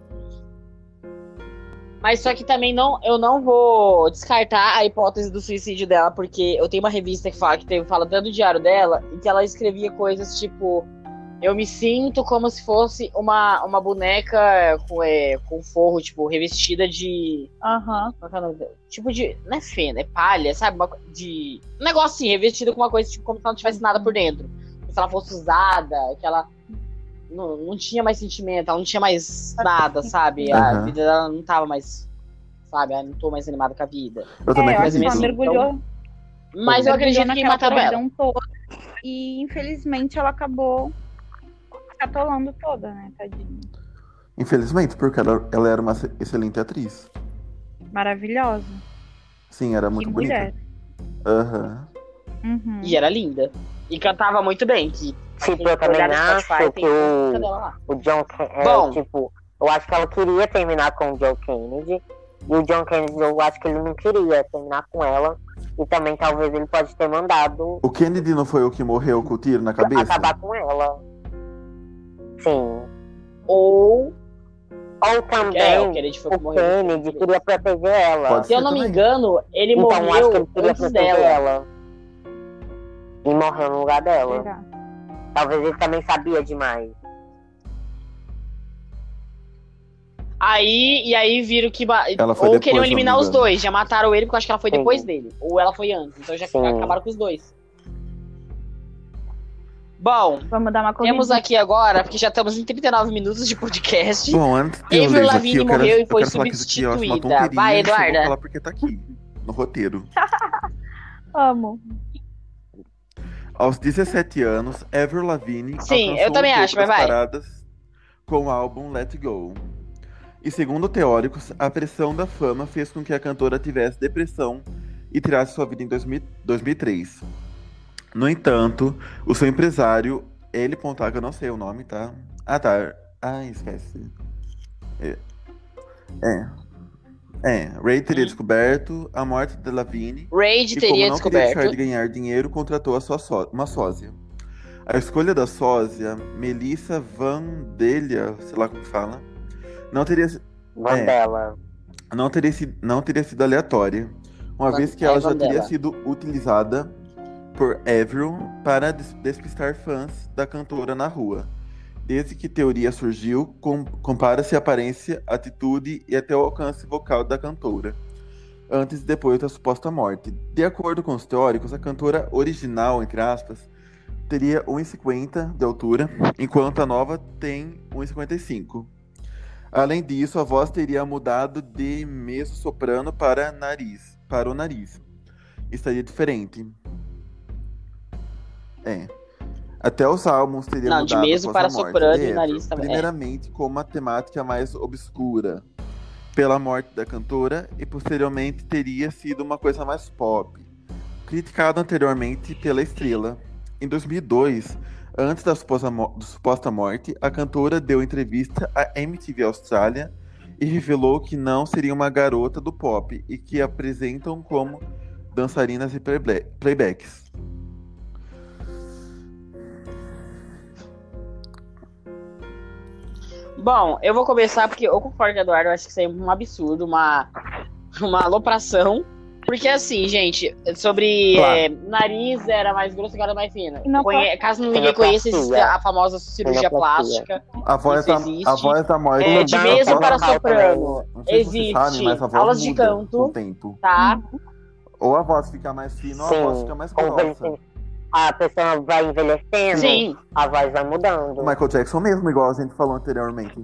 Mas só que também eu não vou descartar a hipótese do suicídio dela, porque eu tenho uma revista que fala tanto do diário dela, e que ela escrevia coisas tipo: eu me sinto como se fosse uma boneca com forro, tipo, revestida de. Aham. Qual que é o nome dela? Tipo de. Não é feno, é palha, sabe? Um negócio assim, revestida com uma coisa, tipo, como se ela não tivesse nada por dentro. Como se ela fosse usada, que ela não tinha mais sentimento, ela não tinha mais nada, sabe? A Aham. vida dela não tava mais. Sabe? Ela não tô mais animada com a vida. Eu também Eu acho que acredito. ela mergulhou. Mas eu acredito que naquela mataram ela. podridão toda. E infelizmente ela acabou se atolando toda, né, tadinha. Infelizmente, porque ela era uma excelente atriz. Maravilhosa. Sim, era Que muito mulher. bonita. Aham. Uhum. E era linda. E cantava muito bem. Que, Tipo, eu também acho que o John Bom. tipo, eu acho que ela queria terminar com o John Kennedy. E o John Kennedy, eu acho que ele não queria terminar com ela. E também talvez ele pode ter mandado O Kennedy não foi o que morreu com o tiro na cabeça? acabar com ela. Sim. Ou Ou também o Kennedy foi que o morreu. Kennedy queria proteger ela. Pode Se eu ser não me também. engano, ele Então eu acho que ele morreu queria antes proteger dela. ela. E morreu no lugar dela. Será? Talvez ele também sabia demais. E aí viram que. Ela foi Ou depois, queriam se eu não me eliminar os engano. dois. Já mataram ele porque eu acho que ela foi Sim. depois dele. Ou ela foi antes. Então já Sim. acabaram com os dois. Bom, Vamos dar uma corrida. temos aqui agora, porque já estamos em 39 minutos de podcast. Bom, antes de eu Avril ler isso aqui, Lavigne eu quero, morreu e eu foi quero falar que isso aqui eu acho uma substituída. tonteria. Vai, e só vou Eduarda. falar porque tá aqui, no roteiro. Amo. Aos 17 anos, Avril Lavigne Sim, alcançou eu também o topo acho, mas das vai. paradas com o álbum Let It Go. E segundo teóricos, a pressão da fama fez com que a cantora tivesse depressão e tirasse sua vida em 2003. No entanto, o seu empresário, ele Pontaga, eu não sei o nome, tá? Ah, tá. Ah, esquece. Ray teria descoberto a morte de Lavigne. Raid E como teria não queria deixar descoberto. de ganhar dinheiro, contratou uma sósia. A escolha da sósia, Melissa Vandelia, sei lá como fala, não teria Vandela. sido aleatória, uma vez que ela já Vandela. teria sido utilizada por Avril para despistar fãs da cantora na rua. Desde que teoria surgiu, compara-se a aparência, atitude e até o alcance vocal da cantora, antes e depois da suposta morte. De acordo com os teóricos, a cantora original, entre aspas, teria 1,50 de altura, enquanto a nova tem 1,55. Além disso, a voz teria mudado de mezzo-soprano para o nariz. Estaria diferente. Até os álbuns teriam Não, de mudado mezzo após para a morte soprano de e o nariz Avril, também. primeiramente com uma temática mais obscura, pela morte da cantora, e posteriormente teria sido uma coisa mais pop, criticado anteriormente pela estrela. Em 2002, antes da suposta morte, a cantora deu entrevista à MTV Austrália e revelou que não seria uma garota do pop e que apresentam como dançarinas e playbacks. Bom, eu vou começar porque eu concordo com o Eduardo, eu acho que isso aí é um absurdo, uma alopração. Porque assim, gente, sobre Claro. nariz era mais grosso e agora é mais fina. Não Caso ninguém conheça, existe Fenoplastia. a famosa cirurgia Fenoplastia. plástica. A voz da morte. De Não, mesa não, para não, soprano. Não sei se vocês sabem, Existe mas a voz aulas de muda canto, com o tempo. tá? Ou a voz fica mais fina ou a voz fica mais grossa. A pessoa vai envelhecendo, Sim. a voz vai mudando. O Michael Jackson mesmo, igual a gente falou anteriormente.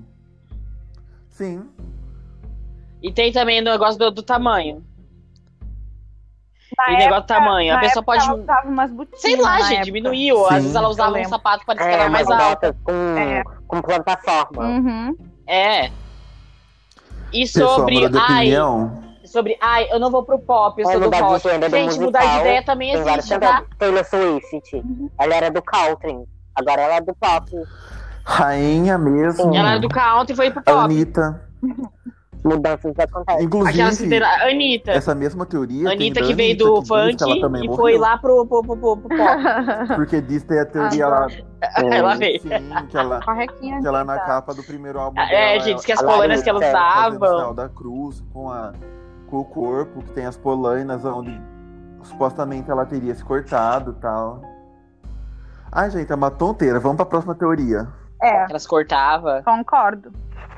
Sim. E tem também o negócio do tamanho. E negócio do tamanho. A pessoa pode. Ela usava umas botinas, Sei lá, gente, época. diminuiu. Sim. Às vezes ela usava um sapato que parecia que era mais alto. Com plataforma. Uhum. É. E Pessoal, sobre. muda de opinião. Eu não vou pro pop, eu sou do mudar de rock. gênero, do Gente, mudar de musical, ideia também tem várias existe, tá? Taylor Swift. Ela era do country. Agora ela é do pop. Rainha mesmo. Ela era do country e foi pro A pop. Anitta. Mudanças acontecem. Inclusive, Anitta. essa mesma teoria. Anitta tem que da veio Anitta, do que diz funk que ela também e morreu. foi lá pro pop. Porque diz que tem a teoria lá. Ela veio. Sim, que ela na capa do primeiro álbum dela. Gente, diz que as polainas que ela fazendo o usava. sinal da cruz com o corpo, que tem as polainas onde supostamente ela teria se cortado e tal. Ai, gente, é uma tonteira. Vamos pra próxima teoria. Elas cortavam. Concordo.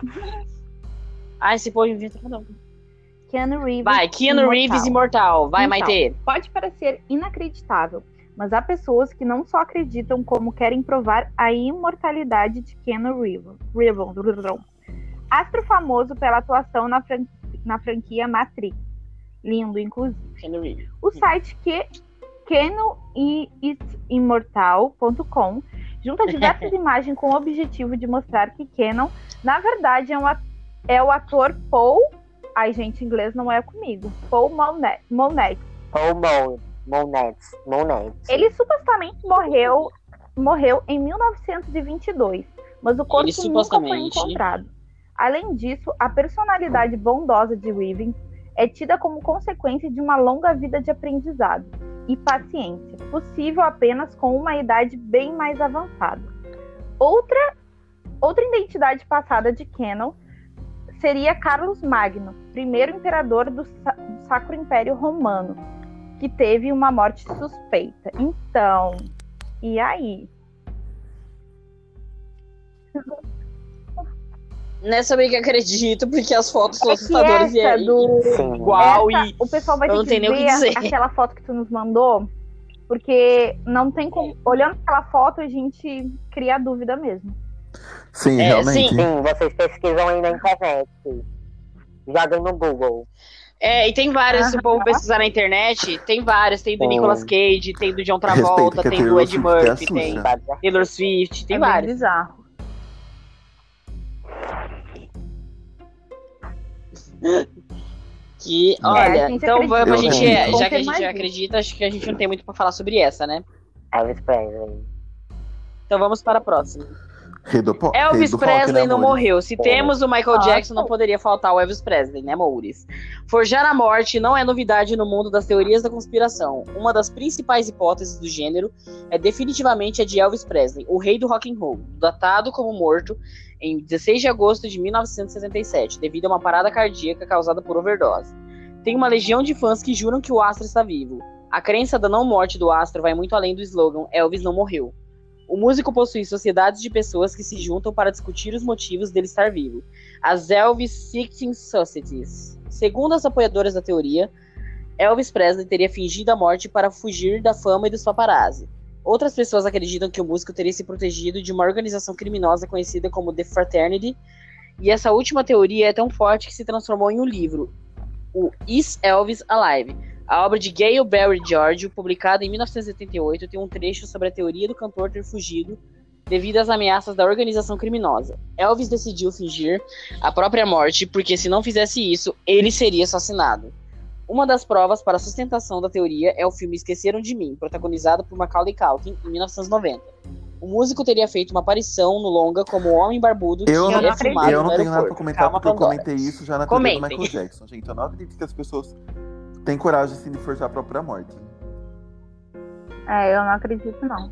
Esse povo inventa cada um. Keanu Reeves. Vai, Keanu Reeves imortal. Vai, Então, Maitê. Pode parecer inacreditável, mas há pessoas que não só acreditam como querem provar a imortalidade de Keanu Reeves. Astro famoso pela atuação na franquia Matrix. Lindo, inclusive. Keanu Reeves. O site KeanuIsImmortal.com junta diversas imagens com o objetivo de mostrar que Keanu, na verdade, é o ator Paul. Ai, gente, inglês não é comigo. Paul Monet. Paul Monet. Ele supostamente morreu em 1922, mas o corpo nunca foi encontrado. Além disso, a personalidade bondosa de Reeves é tida como consequência de uma longa vida de aprendizado e paciência, possível apenas com uma idade bem mais avançada. Outra identidade passada de Keanu seria Carlos Magno, primeiro imperador do Sacro Império Romano, que teve uma morte suspeita. Então, e aí? Nessa eu meio que acredito, porque as fotos são assustadoras e é igual. O pessoal vai eu ter não tenho que nem o que ver dizer. aquela foto que tu nos mandou, porque não tem como. Olhando aquela foto, a gente cria dúvida mesmo. Sim, realmente. Sim, vocês pesquisam aí na internet. Joguem no Google. E tem várias, se o povo pesquisar na internet, tem várias. Tem do Nicolas Cage, tem do John Travolta, tem do Ed Murphy, tem Taylor Swift, tem vários. Bizarro. Que, olha, então vamos, a gente, já que a gente mais acredita, acho que a gente não tem muito pra falar sobre essa, né? Elvis Presley. Então vamos para a próxima. Elvis Elvis Presley não morreu. Se É. temos o Michael Jackson, não poderia faltar o Elvis Presley, né, Mouris? Forjar a morte não é novidade no mundo das teorias da conspiração. Uma das principais hipóteses do gênero é definitivamente a de Elvis Presley, o rei do rock and roll, datado como morto em 16 de agosto de 1977, devido a uma parada cardíaca causada por overdose. Tem uma legião de fãs que juram que o astro está vivo. A crença da não morte do astro vai muito além do slogan Elvis não morreu. O músico possui sociedades de pessoas que se juntam para discutir os motivos dele estar vivo, as Elvis Seeking Societies. Segundo as apoiadoras da teoria, Elvis Presley teria fingido a morte para fugir da fama e dos paparazzi. Outras pessoas acreditam que o músico teria se protegido de uma organização criminosa conhecida como The Fraternity, e essa última teoria é tão forte que se transformou em um livro, o Is Elvis Alive? A obra de Gail Barry George, publicada em 1988, tem um trecho sobre a teoria do cantor ter fugido devido às ameaças da organização criminosa. Elvis decidiu fingir a própria morte porque, se não fizesse isso, ele seria assassinado. Uma das provas para a sustentação da teoria é o filme Esqueceram de Mim, protagonizado por Macaulay Culkin em 1990. O músico teria feito uma aparição no longa como o homem barbudo que é filmado Eu no não tenho nada aeroporto. pra comentar, porque eu comentei isso já na teoria do Comentem. Michael Jackson, gente. Eu não acredito que as pessoas têm coragem assim, de forçar a própria morte. Eu não acredito, não.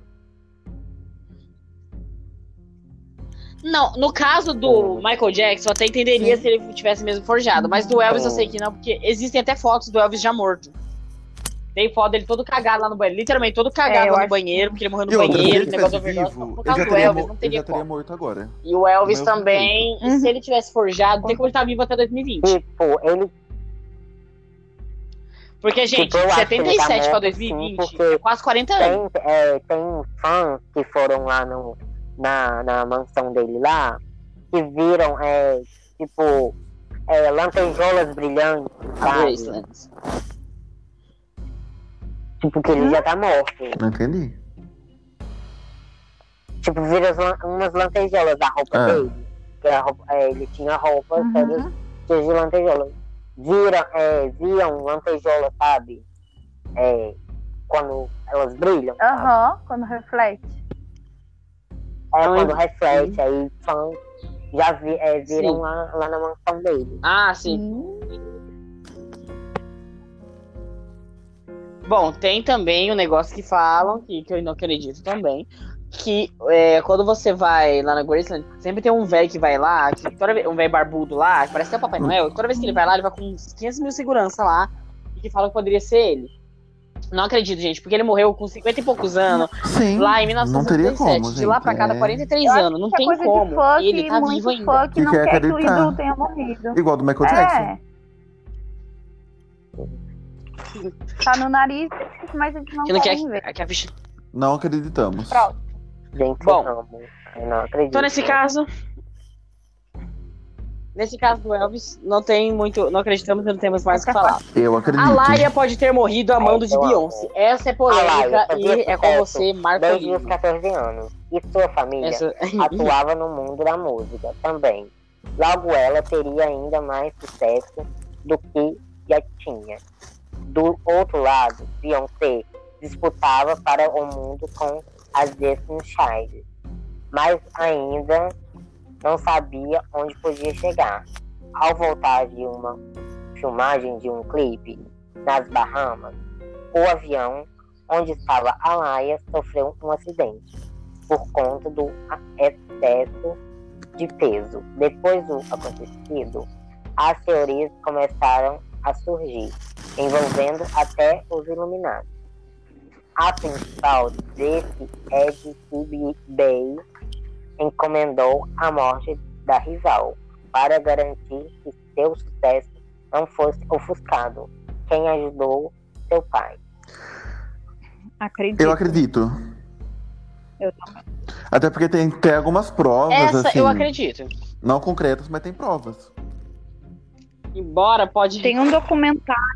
Não, no caso do Michael Jackson, eu até entenderia se ele tivesse mesmo forjado, mas do Elvis eu sei que não, porque existem até fotos do Elvis já morto. Tem foto dele todo cagado lá no banheiro, literalmente todo cagado lá no banheiro, porque ele morreu no banheiro, negócio de overdose. No caso do Elvis, não teria como. Morto agora. E o Elvis também, se ele tivesse forjado, não tem como ele estar vivo até 2020. Tipo, ele... Porque, gente, Tipo, eu acho que ele 77 tá pra morto, 2020, sim, é quase 40 anos. Tem fãs que foram lá na mansão dele lá, que viram, lantejoulas brilhantes, sabe? Tipo, que ele já tá morto. Não entendi. Tipo, vira umas lantejoulas da roupa dele. Que a roupa, ele tinha roupa todas cheias de lantejoulas. Viam lantejoulas, sabe? Quando elas brilham. Quando reflete. Quando reflete, aí já viram lá na mansão dele. Ah, sim. Bom, tem também um negócio que falam, que eu não acredito também, que quando você vai lá na Graceland, sempre tem um velho que vai lá, um velho barbudo lá, que parece que é o Papai Noel, toda vez que ele vai lá, ele vai com uns 500 mil segurança lá, e que fala que poderia ser ele. Não acredito, gente, porque ele morreu com 50 e poucos anos, Sim, lá em 1937, de lá pra cá dá 43 anos, não tem como, e ele tá vivo ainda. Que não quer que o ídolo tenha morrido. Igual do Michael Jackson. Tá no nariz, mas eles não querem ver. Não acreditamos. Pronto. Gente, bom, eu não acredito. Então nesse caso do Elvis, não acreditamos, não temos mais o que falar. Eu acredito. A Laia pode ter morrido a mando de Beyoncé. Essa é polêmica e é com você, Marco. Desde os 14 anos. E sua família atuava no mundo da música também. Logo, ela teria ainda mais sucesso do que já tinha. Do outro lado, Beyoncé disputava para o mundo com as Destiny's Child, mas ainda não sabia onde podia chegar. Ao voltar de uma filmagem de um clipe nas Bahamas, o avião onde estava a Laia sofreu um acidente por conta do excesso de peso. Depois do acontecido, as teorias começaram a surgir, envolvendo até os Illuminati. A principal desse é de que Bey encomendou a morte da rival para garantir que seu sucesso não fosse ofuscado. Quem ajudou seu pai? Eu acredito. Eu também. Até porque tem algumas provas. Essa assim, eu acredito. Não concretas, mas tem provas. Embora pode. Tem um documentário.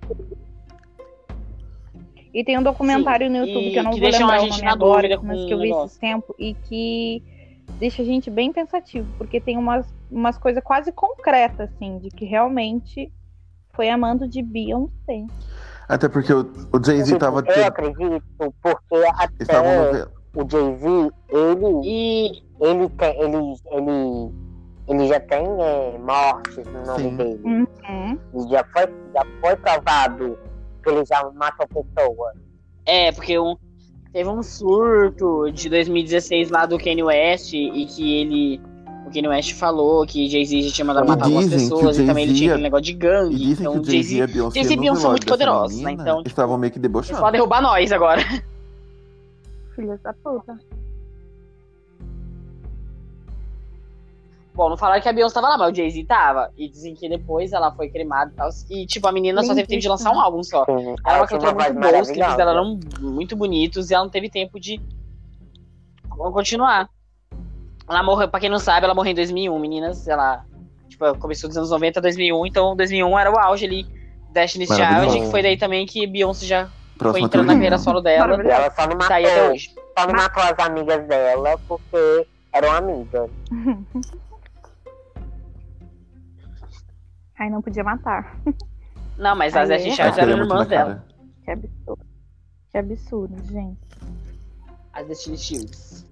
E tem um documentário no YouTube que eu não vou lembrar o nome agora, mas que eu vi esse tempo e que deixa a gente bem pensativo, porque tem umas coisas quase concretas, assim, de que realmente foi a mando de Beyoncé. Até porque o Jay-Z tava... Eu acredito, porque até o Jay-Z, ele já tem mortes no nome dele. E já foi provado que ele já matou pessoas. Porque teve um surto de 2016 lá do Kanye West e que o Kanye West falou que Jay-Z já tinha mandado matar algumas pessoas e também ele tinha aquele negócio de gangue. E dizem então que o Jay-Z e Beyoncé são muito poderosos, né? Então estavam meio que debochando. Eles podem derrubar nós agora. Filhas da puta. Bom, não falaram que a Beyoncé tava lá, mas o Jay-Z tava. E dizem que depois ela foi cremada e tal. E, tipo, a menina só teve tempo de lançar um álbum só. Ela é uma cantora muito boa, os clipes dela eram muito bonitos e ela não teve tempo de continuar. Ela morreu, pra quem não sabe, ela morreu em 2001, meninas. Ela, tipo, começou dos anos 90 a 2001, então 2001 era o auge ali. Destiny's Child, que foi daí também que Beyoncé já foi entrando na carreira solo dela. E ela só não matou, até hoje. Só não matou as amigas dela porque eram amigas. Aí não podia matar. Não, mas as Destiny's Child eram irmãs dela. Que absurdo. Que absurdo, gente. As Destiny's Child.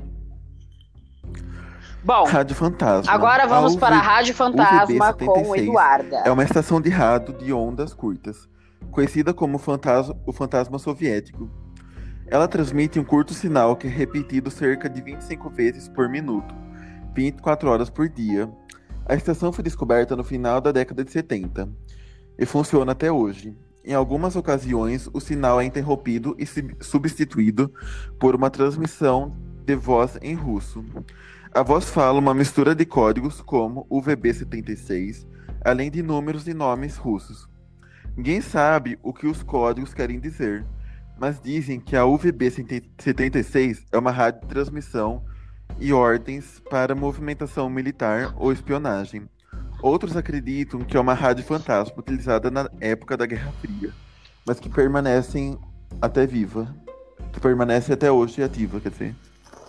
Bom, Rádio Fantasma. Agora vamos para a Rádio Fantasma com Eduarda. É uma estação de rádio de ondas curtas, conhecida como o fantasma soviético. Ela transmite um curto sinal que é repetido cerca de 25 vezes por minuto, 24 horas por dia. A estação foi descoberta no final da década de 70 e funciona até hoje. Em algumas ocasiões, o sinal é interrompido e substituído por uma transmissão de voz em russo. A voz fala uma mistura de códigos como UVB-76, além de números e nomes russos. Ninguém sabe o que os códigos querem dizer, mas dizem que a UVB-76 é uma rádio de transmissão e ordens para movimentação militar ou espionagem. Outros acreditam que é uma rádio fantasma utilizada na época da Guerra Fria, mas que permanecem até viva. Que permanece até hoje ativa, quer dizer.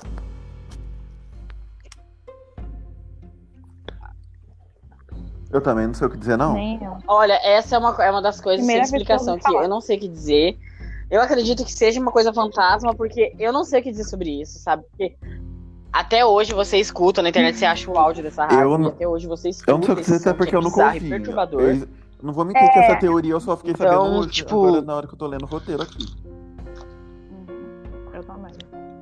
Eu também não sei o que dizer, não. Nem eu. Olha, essa é uma das coisas Primeira sem vez que eu explicação ouvi que falar. eu não sei o que dizer. Eu acredito que seja uma coisa fantasma, porque eu não sei o que dizer sobre isso, sabe? Porque até hoje você escuta na internet, você acha o áudio dessa rádio, e até hoje você escuta. Eu não sei o que dizer, até porque eu nunca ouvi. Perturbador. Eu não vou mentir que essa teoria eu só fiquei Então, sabendo hoje, tipo- agora na hora que eu tô lendo o roteiro aqui. Eu também.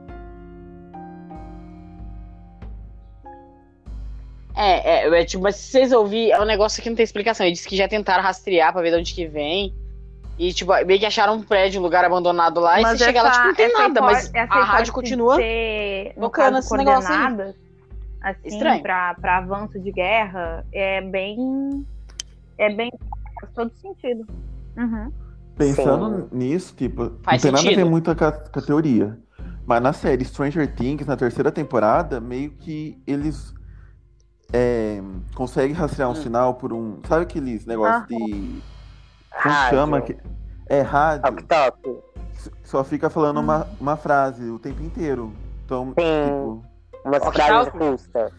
Tipo, mas se vocês ouvirem, é um negócio que não tem explicação. Ele disse que já tentaram rastrear pra ver de onde que vem. E, tipo, meio que acharam um prédio, um lugar abandonado lá, e você chega lá, tipo, não tem nada, mas a rádio continua. No tocando caso, esse negócio aí. coordenadas, assim, Estranho. pra avanço de guerra, é bem. Faz todo sentido. Uhum. Pensando nisso, tipo, Faz não tem nada a sentido. ver muito com a teoria. Mas na série Stranger Things, na terceira temporada, meio que eles conseguem rastrear um sinal por um. Sabe aqueles negócios de. Como Rádio. chama? Rádio. Top. Só fica falando uma frase o tempo inteiro. Então, Sim. tipo. Umas Ok, frases tá. rustas.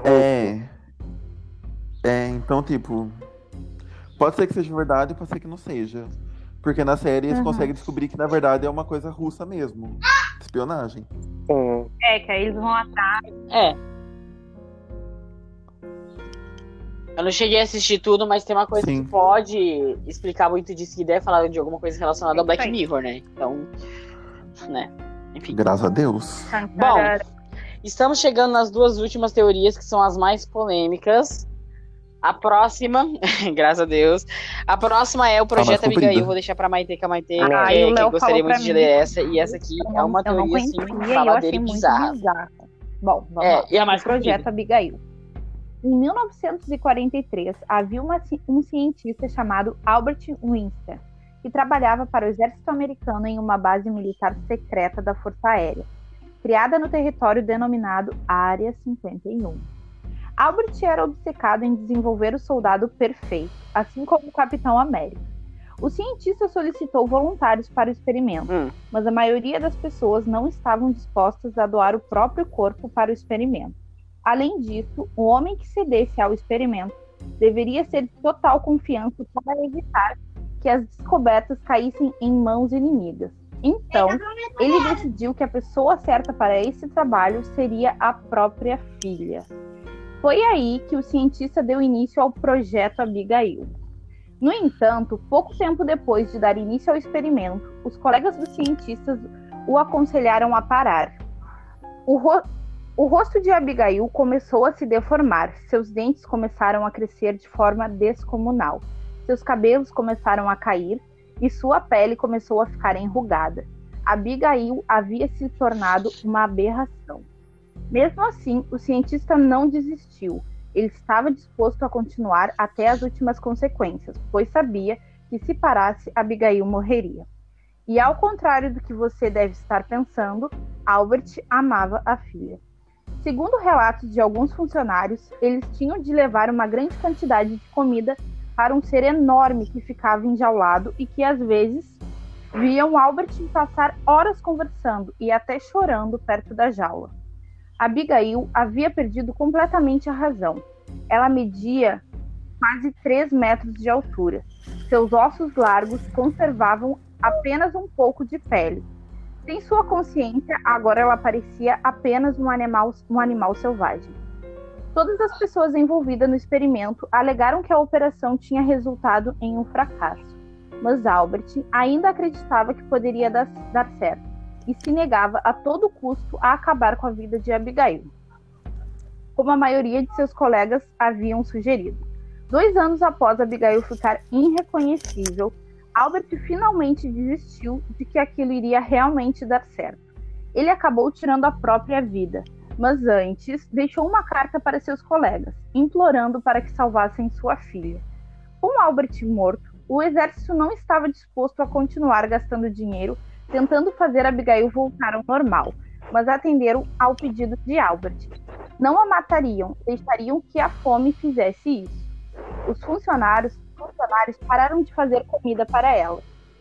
Então, tipo. Pode ser que seja verdade, pode ser que não seja. Porque na série eles conseguem descobrir que na verdade é uma coisa russa mesmo. Espionagem. Sim. Que aí eles vão atrás. Eu não cheguei a assistir tudo, mas tem uma coisa Sim. que pode explicar muito disso, que deve falar de alguma coisa relacionada ao Black Isso aí. Mirror, né? Então, né? Enfim. Graças a Deus. Bom, estamos chegando nas duas últimas teorias, que são as mais polêmicas. A próxima, graças a Deus, a próxima é o Projeto comprida. Abigail. Vou deixar pra Maite, que a Maite e o que Léo gostaria falou muito pra de mim ler essa. E essa aqui é uma eu não teoria, assim, conhecia e eu fala achei dele muito bizarra. bizarra. Bom, vamos lá. E a mais Projeto Abigail. Em 1943, havia um cientista chamado Albert Winster, que trabalhava para o exército americano em uma base militar secreta da Força Aérea, criada no território denominado Área 51. Albert era obcecado em desenvolver o soldado perfeito, assim como o Capitão América. O cientista solicitou voluntários para o experimento, mas a maioria das pessoas não estavam dispostas a doar o próprio corpo para o experimento. Além disso, o homem que cedesse ao experimento deveria ser de total confiança para evitar que as descobertas caíssem em mãos inimigas. Então, ele decidiu que a pessoa certa para esse trabalho seria a própria filha. Foi aí que o cientista deu início ao Projeto Abigail. No entanto, pouco tempo depois de dar início ao experimento, os colegas dos cientistas o aconselharam a parar. O rosto de Abigail começou a se deformar, seus dentes começaram a crescer de forma descomunal, seus cabelos começaram a cair e sua pele começou a ficar enrugada. Abigail havia se tornado uma aberração. Mesmo assim, o cientista não desistiu. Ele estava disposto a continuar até as últimas consequências, pois sabia que se parasse, Abigail morreria. E ao contrário do que você deve estar pensando, Albert amava a filha. Segundo relatos de alguns funcionários, eles tinham de levar uma grande quantidade de comida para um ser enorme que ficava enjaulado e que, às vezes, viam Albert passar horas conversando e até chorando perto da jaula. Abigail havia perdido completamente a razão. Ela media quase 3 metros de altura. Seus ossos largos conservavam apenas um pouco de pele. Sem sua consciência, agora ela parecia apenas um animal selvagem. Todas as pessoas envolvidas no experimento alegaram que a operação tinha resultado em um fracasso, mas Albert ainda acreditava que poderia dar certo e se negava a todo custo a acabar com a vida de Abigail, como a maioria de seus colegas haviam sugerido. 2 anos após Abigail ficar irreconhecível, Albert finalmente desistiu de que aquilo iria realmente dar certo. Ele acabou tirando a própria vida, mas antes deixou uma carta para seus colegas, implorando para que salvassem sua filha. Com Albert morto, o exército não estava disposto a continuar gastando dinheiro tentando fazer Abigail voltar ao normal, mas atenderam ao pedido de Albert. Não a matariam, deixariam que a fome fizesse isso. Os funcionários pararam de fazer comida para ela.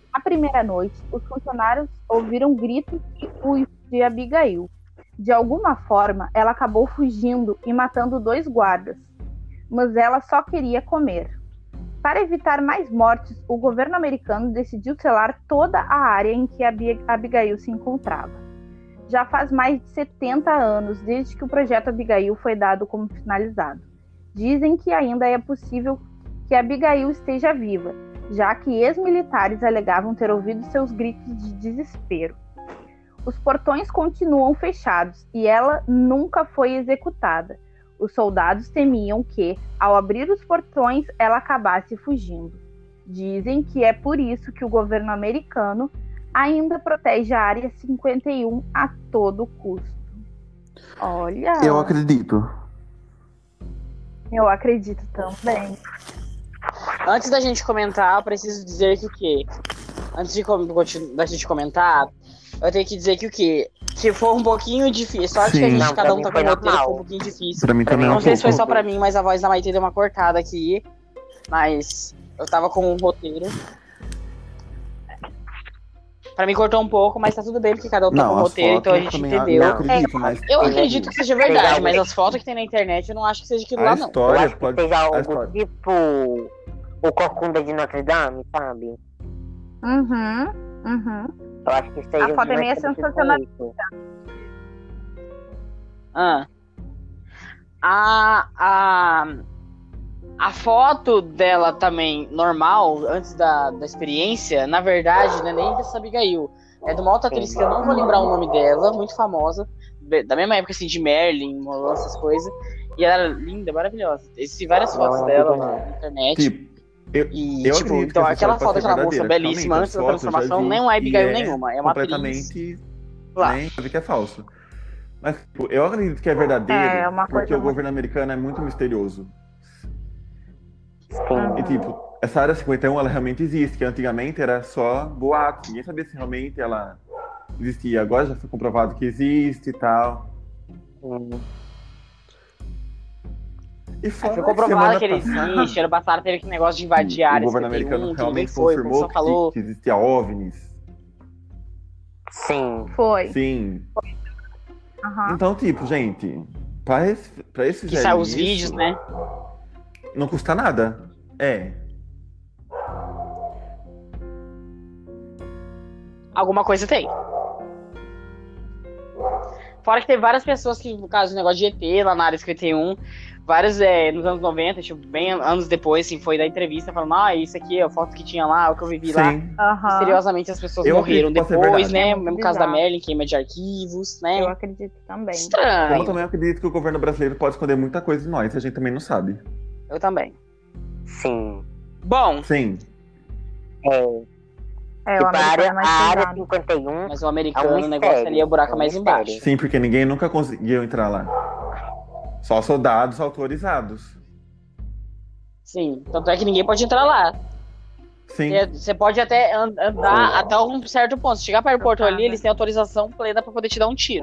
Na primeira noite, os funcionários ouviram gritos de Abigail. De alguma forma, ela acabou fugindo e matando 2 guardas, mas ela só queria comer. Para evitar mais mortes, o governo americano decidiu selar toda a área em que Abigail se encontrava. Já faz mais de 70 anos desde que o projeto Abigail foi dado como finalizado. Dizem que ainda é possível que Abigail esteja viva, já que ex-militares alegavam ter ouvido seus gritos de desespero. Os portões continuam fechados e ela nunca foi executada. Os soldados temiam que, ao abrir os portões, ela acabasse fugindo. Dizem que é por isso que o governo americano ainda protege a Área 51 a todo custo. Olha! Eu acredito. Eu acredito também. Antes da gente comentar, eu preciso dizer que o quê? Antes da gente comentar, eu tenho que dizer que o quê? Que foi um pouquinho difícil. Sorte que a gente, cada um tá com o roteiro, foi um pouquinho difícil. Pra mim também não sei se foi só pra mim, mas a voz da Maitê deu uma cortada aqui. Mas eu tava com um roteiro. Pra mim cortou um pouco, mas tá tudo bem, porque cada um tá com um roteiro, então a gente entendeu. Eu acredito que seja verdade, mas as fotos que tem na internet eu não acho que seja aquilo lá, não. Eu acho que seja algo tipo o Corcunda de Notre Dame, sabe? Eu acho que seja a foto é meio sensacionalista. A foto dela também, normal, antes da experiência, na verdade, não é nem dessa Abigail. É de uma outra atriz que eu não vou lembrar o nome dela, muito famosa, da mesma época assim, de Merlin, essas coisas. E ela era linda, maravilhosa. Existem várias fotos dela na internet. Então aquela foto daquela moça belíssima antes da transformação não é Abigail nenhuma, é uma completamente nem sabe que é falso. Mas eu acredito que é verdadeiro, porque o governo americano é muito misterioso. E essa área 51 ela realmente existe, que antigamente era só boato, ninguém sabia se realmente ela existia. Agora já foi comprovado que existe e tal. E foi comprovado que ele existe. Ano passado teve aquele negócio de invadir a área. O governo americano realmente confirmou que existia OVNIs. Sim. Foi. Sim. Então, gente, pra esse que saiu os vídeos, né? Não custa nada. Alguma coisa tem. Fora que teve várias pessoas que, no caso do negócio de ET, lá na área 51, vários nos anos 90, bem anos depois, assim, foi da entrevista falando, isso aqui é a foto que tinha lá, o que eu vivi lá. Misteriosamente as pessoas morreram depois, né? No mesmo caso da Merlin, queima de arquivos, né? Eu acredito também. Estranho. Como eu também acredito que o governo brasileiro pode esconder muita coisa de nós, a gente também não sabe. Eu também. Sim. Bom. Sim. A área 51. Mas o americano, o negócio ali é o buraco mais embaixo. Sim, porque ninguém nunca conseguiu entrar lá. Só soldados autorizados. Sim, tanto é que ninguém pode entrar lá. Sim. Você pode até andar até um certo ponto. Se chegar perto do portão ali, eles têm autorização plena pra poder te dar um tiro.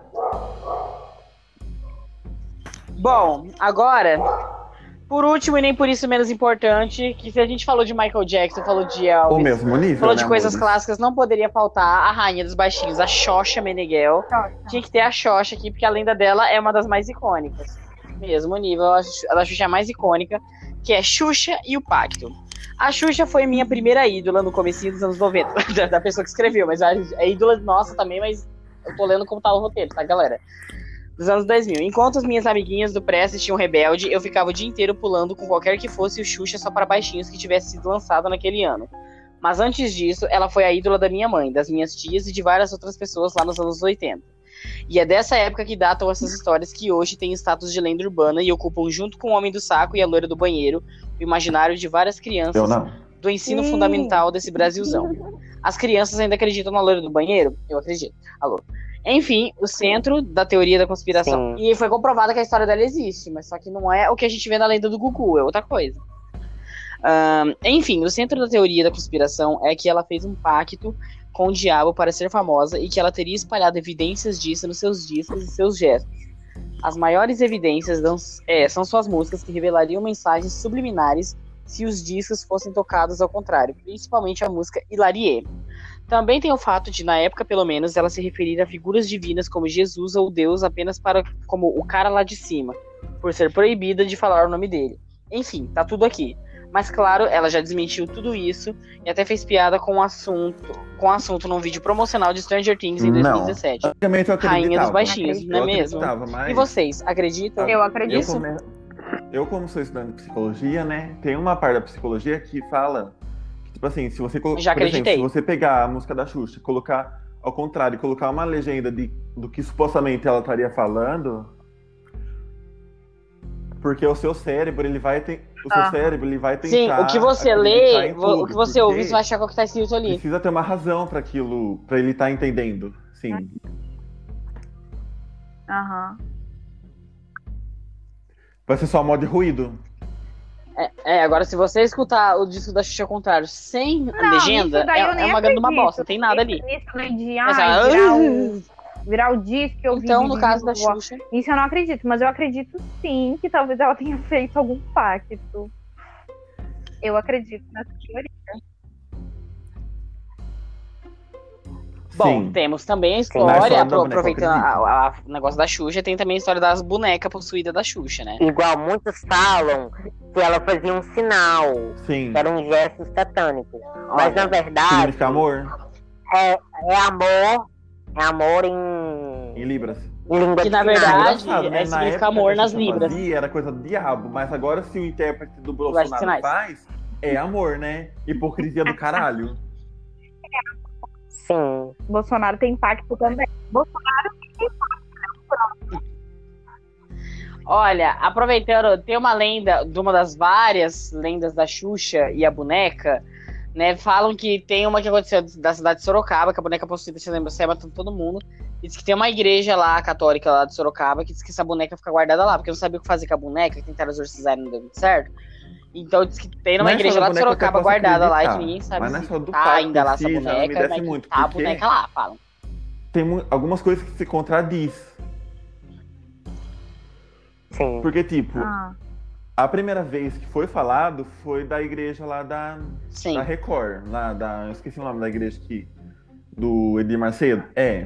Bom, agora, por último e nem por isso menos importante, que se a gente falou de Michael Jackson, falou de Elvis, o mesmo nível, falou de coisas clássicas, não poderia faltar a rainha dos baixinhos, a Xoxa Meneghel. Tinha que ter a Xoxa aqui, porque a lenda dela é uma das mais icônicas. Mesmo nível, a da Xuxa é a mais icônica, que é Xuxa e o Pacto. A Xuxa foi minha primeira ídola no comecinho dos anos 90, da pessoa que escreveu, mas é ídola nossa também, mas eu tô lendo como tá o roteiro, tá, galera? Dos anos 2000. Enquanto as minhas amiguinhas do pré assistiam Rebelde, eu ficava o dia inteiro pulando com qualquer que fosse o Xuxa só para baixinhos que tivesse sido lançado naquele ano. Mas antes disso, ela foi a ídola da minha mãe, das minhas tias e de várias outras pessoas lá nos anos 80. E é dessa época que datam essas histórias que hoje têm status de lenda urbana e ocupam, junto com o Homem do Saco e a Loira do Banheiro, o imaginário de várias crianças do ensino fundamental desse Brasilzão. As crianças ainda acreditam na Loira do Banheiro? Eu acredito. Alô. Enfim, o centro da teoria da conspiração. Sim. E foi comprovado que a história dela existe, mas só que não é o que a gente vê na lenda do Gugu, é outra coisa. Enfim, o centro da teoria da conspiração é que ela fez um pacto com o diabo para ser famosa e que ela teria espalhado evidências disso nos seus discos e seus gestos. As maiores evidências são suas músicas que revelariam mensagens subliminares se os discos fossem tocados ao contrário, principalmente a música Hilarie. Também tem o fato de, na época pelo menos, ela se referir a figuras divinas como Jesus ou Deus apenas como o cara lá de cima, por ser proibida de falar o nome dele. Enfim, tá tudo aqui. Mas claro, ela já desmentiu tudo isso e até fez piada com o assunto num vídeo promocional de Stranger Things em 2017. Rainha dos baixinhos, não é mesmo? Mas... E vocês, acreditam? Eu acredito. Eu, como sou estudante de psicologia, né, tem uma parte da psicologia que fala que, tipo assim, se você por exemplo, se você pegar a música da Xuxa, colocar ao contrário, colocar uma legenda do que supostamente ela estaria falando, porque o seu cérebro, ele vai tentar... Sim, o que você lê, o que você ouve, você vai achar qual que tá escrito ali. Precisa ter uma razão para aquilo, para ele estar entendendo, sim. Aham. Vai ser só modo de ruído. Agora se você escutar o disco da Xuxa ao contrário sem a legenda, é uma grande bosta, não tem nada ali. Virar o disco que eu vi. Então, no caso da Xuxa... Isso eu não acredito, mas eu acredito sim que talvez ela tenha feito algum pacto. Eu acredito nessa teoria. Bom, temos também a história, aproveitando o negócio da Xuxa, tem também a história das bonecas possuídas da Xuxa, né? Igual muitos falam que ela fazia um sinal, sim, que eram gestos satânicos. Mas na verdade... Significa amor. É amor em Libras. Que na verdade significa amor nas Libras. Era coisa do diabo, mas agora se o intérprete do Bolsonaro faz, é amor, né? Hipocrisia do caralho. Sim. Bolsonaro tem pacto também. Bolsonaro tem pacto. Olha, aproveitando, tem uma lenda, de uma das várias lendas da Xuxa e a boneca, né? Falam que tem uma que aconteceu da cidade de Sorocaba, que a boneca possuída, você matando todo mundo. E diz que tem uma igreja lá, católica lá de Sorocaba, que diz que essa boneca fica guardada lá, porque não sabia o que fazer com a boneca, que tentaram exorcizar e não deu muito certo. Então diz que tem uma igreja lá de Sorocaba guardada lá e que ninguém sabe se tá ainda lá essa boneca, mas que tá a boneca lá, falam. Tem algumas coisas que se contradiz. Sim. Porque, tipo, a primeira vez que foi falado foi da igreja lá da Record, lá da... Eu esqueci o nome da igreja aqui, do Edir Macedo.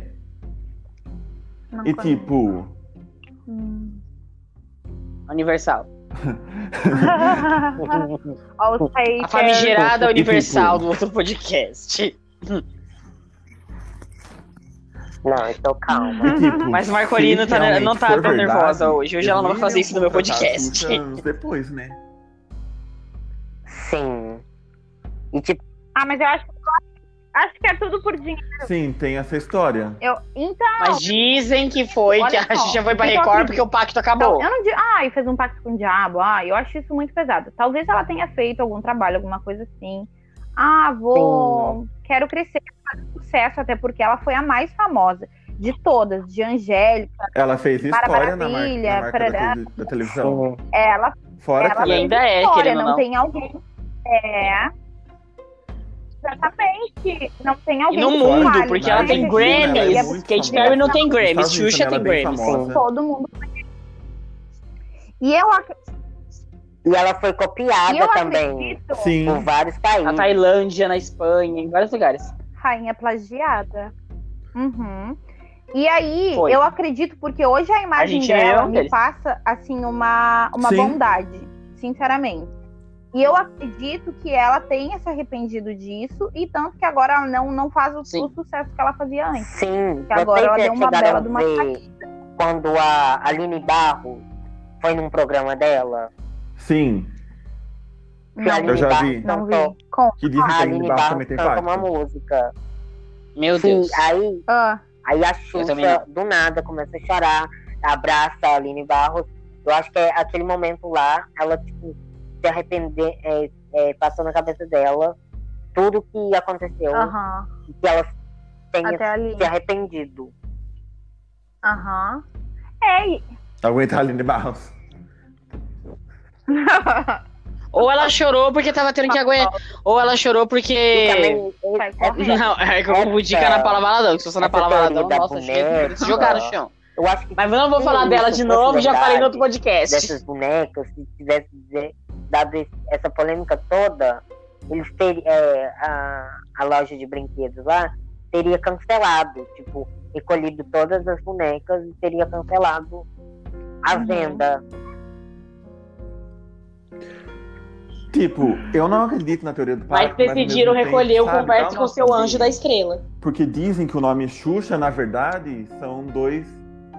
Não e conheço. Tipo... Universal. A famigerada Universal do outro podcast. Não, então calma. E, tipo, mas Marcolino não tá tão nervosa hoje. Hoje ela não vai fazer isso no meu podcast. Anos depois, né? Sim. E tipo... mas eu acho que é tudo por dinheiro. Sim, tem essa história. Mas dizem que foi, que a Xuxa foi pra Record porque o pacto acabou. Eu não digo, e fez um pacto com o diabo. Eu acho isso muito pesado. Talvez ela tenha feito algum trabalho, alguma coisa assim. Quero crescer, fazer sucesso, até porque ela foi a mais famosa de todas, de Angélica. Ela fez história na marca da televisão. Ela e ainda é, história, querendo não tem alguém. Exatamente. Não tem alguém. E no mundo, porque ela tem Grammys. Katy Perry não tem Grammys, Xuxa tem Grammys. Todo mundo conhece. E ela foi copiada também por vários países. Na Tailândia, na Espanha, em vários lugares. Rainha plagiada. E aí, eu acredito, porque hoje a imagem dela me passa, assim, uma bondade, sinceramente. E eu acredito que ela tenha se arrependido disso, e tanto que agora ela não faz o sucesso que ela fazia antes. Sim, que agora ela deu uma bela de uma quando a Aline Barros foi num programa dela. Sim. Eu já vi. Não vi. Que dizem que a Aline Barros também tem pacto. Uma música. Meu Deus. Aí a Xuxa, do nada, começa a chorar, abraça a Aline Barros. Eu acho que é aquele momento lá, ela, tipo, se arrepender, passou na cabeça dela tudo que aconteceu. E que ela tenha se arrependido. Aguenta a Aline Barros. Ou ela chorou porque tava tendo que aguentar. Ou ela chorou porque. Não, é que eu confundi com a Ana Paula Valadão. Que se fosse Ana Paula Valadão, nossa, achei que se jogar no chão. Eu acho que mas eu não vou falar dela de novo, já falei no outro podcast. Dessas bonecas, se tivesse dado essa polêmica toda, eles a loja de brinquedos lá teria cancelado, tipo, recolhido todas as bonecas e teria cancelado a venda. Tipo, eu não acredito na teoria do parque. Mas decidiram recolher o Converse com seu anjo da estrela. Porque dizem que o nome Xuxa, na verdade, são dois.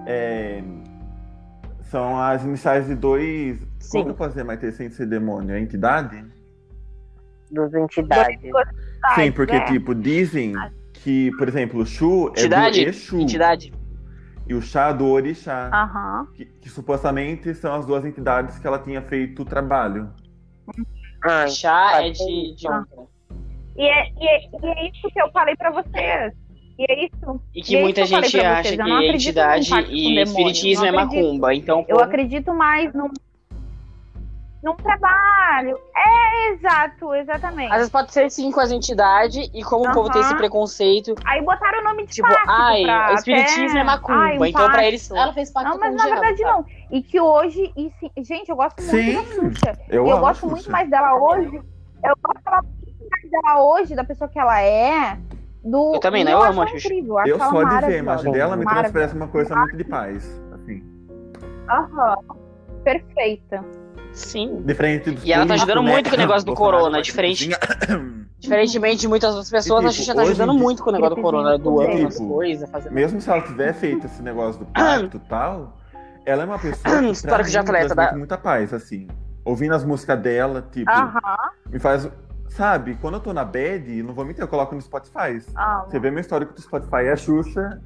São as iniciais de dois. Sim. Como fazer mais ter sem ser demônio? A entidade? Dos entidades. Sim, porque, tipo, dizem que, por exemplo, o Xu Entidade? é do Exu. Entidade. E o Chá do Orixá. Aham. Que supostamente são as duas entidades que ela tinha feito o trabalho. Chá é de outra. E é isso que eu falei pra vocês. E é isso. E que muita gente acha que a entidade e espiritismo é macumba. Então, eu acredito mais num trabalho. Exatamente. Às vezes pode ser sim com as entidades, e como o povo tem esse preconceito. Aí botaram o nome de tipo, o espiritismo é macumba. Então, pra eles, ela fez pacto não, mas com na o diabo, verdade sabe? não. E que hoje, gente, eu gosto muito da Xuxa. Eu gosto muito mais dela hoje. Eu gosto mais dela hoje, da pessoa que ela é. Eu também, né? Eu amo a Xuxa. Eu só de ver a imagem dela me transparece uma coisa muito de paz. Assim. Perfeita. Sim. Diferente dos e ela tá ajudando né? muito com o negócio do corona. Diferentemente de muitas outras pessoas, a Xuxa tá ajudando muito com o negócio do corona, doando as coisas. Mesmo se ela tiver feito esse negócio do pacto e tal, ela é uma pessoa que histórico de atleta, transmite muita paz, assim. Ouvindo as músicas dela, tipo, me faz... Sabe, quando eu tô na bad, não vou mentir, eu coloco no Spotify. Você vê meu histórico do Spotify, é a Xuxa.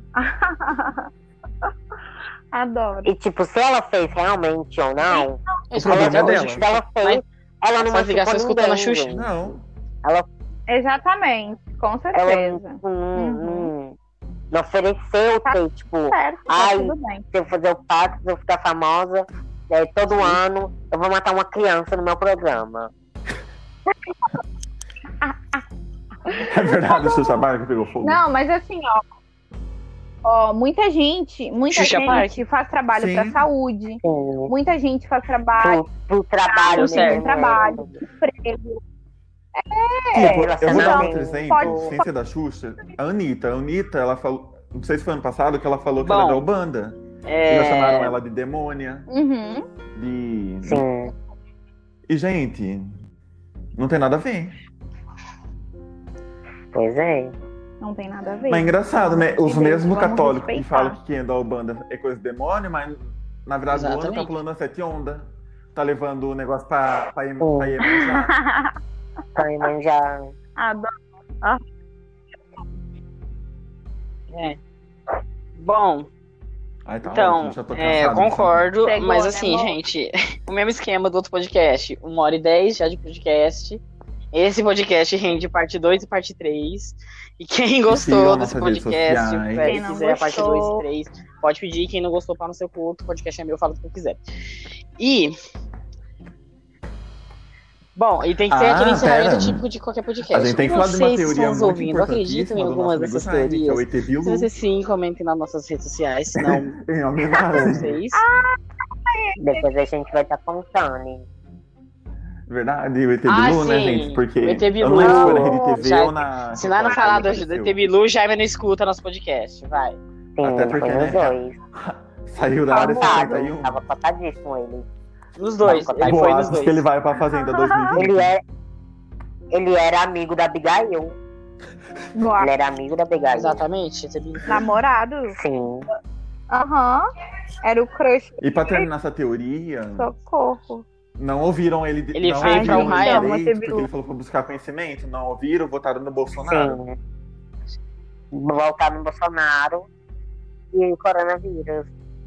Adoro. E tipo, se ela fez realmente ou não, o problema é dela. Se ela fez, ela não vai ficar só escutando a Xuxa. Gente. Não. Exatamente, com certeza. Ela não ofereceu ter, tipo, certo, tudo bem. Se eu fazer o pacto, se eu ficar famosa, todo ano eu vou matar uma criança no meu programa. É verdade, o Xuxa Park pegou fogo. Não, mas assim, muita gente faz trabalho pra saúde. Sim. Muita gente faz trabalho pro trabalho, emprego. Tipo, eu vou dar outro exemplo, sem ser da Xuxa. A Anitta, ela falou, não sei se foi ano passado, que ela falou que ela é da Ubanda. Eles chamaram ela de demônia. Sim. E, gente, não tem nada a ver. Pois é. Não tem nada a ver. Mas é engraçado, né? Os mesmos católicos que respeitar. falam que quem é da Ubanda é coisa de demônio, mas na verdade o ano tá pulando a 7 ondas. Tá levando o negócio pra Iemanjá. Pra Iemanjá. Adoro. Bom, então, eu concordo, mas assim, gente, o mesmo esquema do outro podcast, 1h10 já de podcast. Esse podcast rende parte 2 e parte 3. E quem gostou desse podcast, quiser a parte 2 e 3, pode pedir. Quem não gostou, para no seu culto. O podcast é meu, fala o que eu quiser. E... Bom, e tem que ser aquele encerramento típico de qualquer podcast. A gente tem que falar de uma teoria muito ouvindo, acreditam em algumas dessas teorias? Se você sim, comentem nas nossas redes sociais, senão... vocês. Depois a gente vai estar contando, hein? Verdade, o ET Bilu, né, gente? Porque o ET Bilu, eu não lembro se foi na Rede TV ou na... Se lá não falar do ET Bilu, Jaime não escuta nosso podcast, vai. Sim, até porque, foi nos dois. Saiu da área 61. Tava cotadíssimo ele. Nos dois, ele foi nos dois. Que ele vai pra Fazenda 2020. Ele era amigo da Abigail. Ele era amigo da Abigail. Exatamente. Namorado? Sim. Era o crush. E pra terminar essa teoria... Socorro. Não ouviram ele... Ele veio pra um raio. Porque ele falou pra buscar conhecimento. Não ouviram, votaram no Bolsonaro. Sim. Votaram no Bolsonaro e o coronavírus.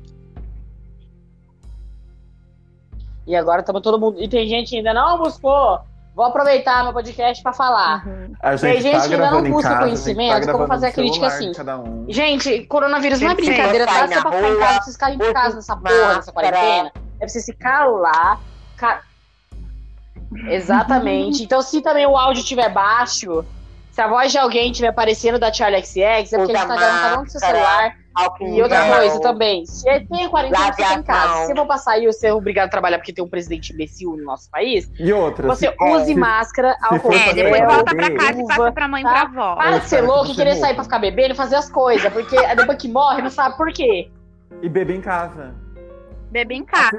E agora estamos todo mundo... E tem gente que ainda não buscou. Vou aproveitar meu podcast pra falar. Tem gente que ainda não busca conhecimento. Como fazer a crítica assim. Gente, coronavírus não é brincadeira. Dá pra ficar em casa, vocês ficarem em casa nessa porra, nessa quarentena. É pra você se calar. Exatamente. Então, se também o áudio estiver baixo, Se a voz de alguém estiver aparecendo da Charli XX, é porque a gente tá gravando cada um com seu celular. E outra coisa também, se tem a quarentena, você tem em casa. Se eu vou passar e eu ser obrigado a trabalhar porque tem um presidente imbecil no nosso país, E outra, você use máscara, álcool for gel, depois volta pra beber, casa e passa pra mãe e pra avó. Para de ser louco e querer sair pra ficar bebendo e fazer as coisas, porque depois que morre, não sabe por quê. E beber em casa. Bebe em casa.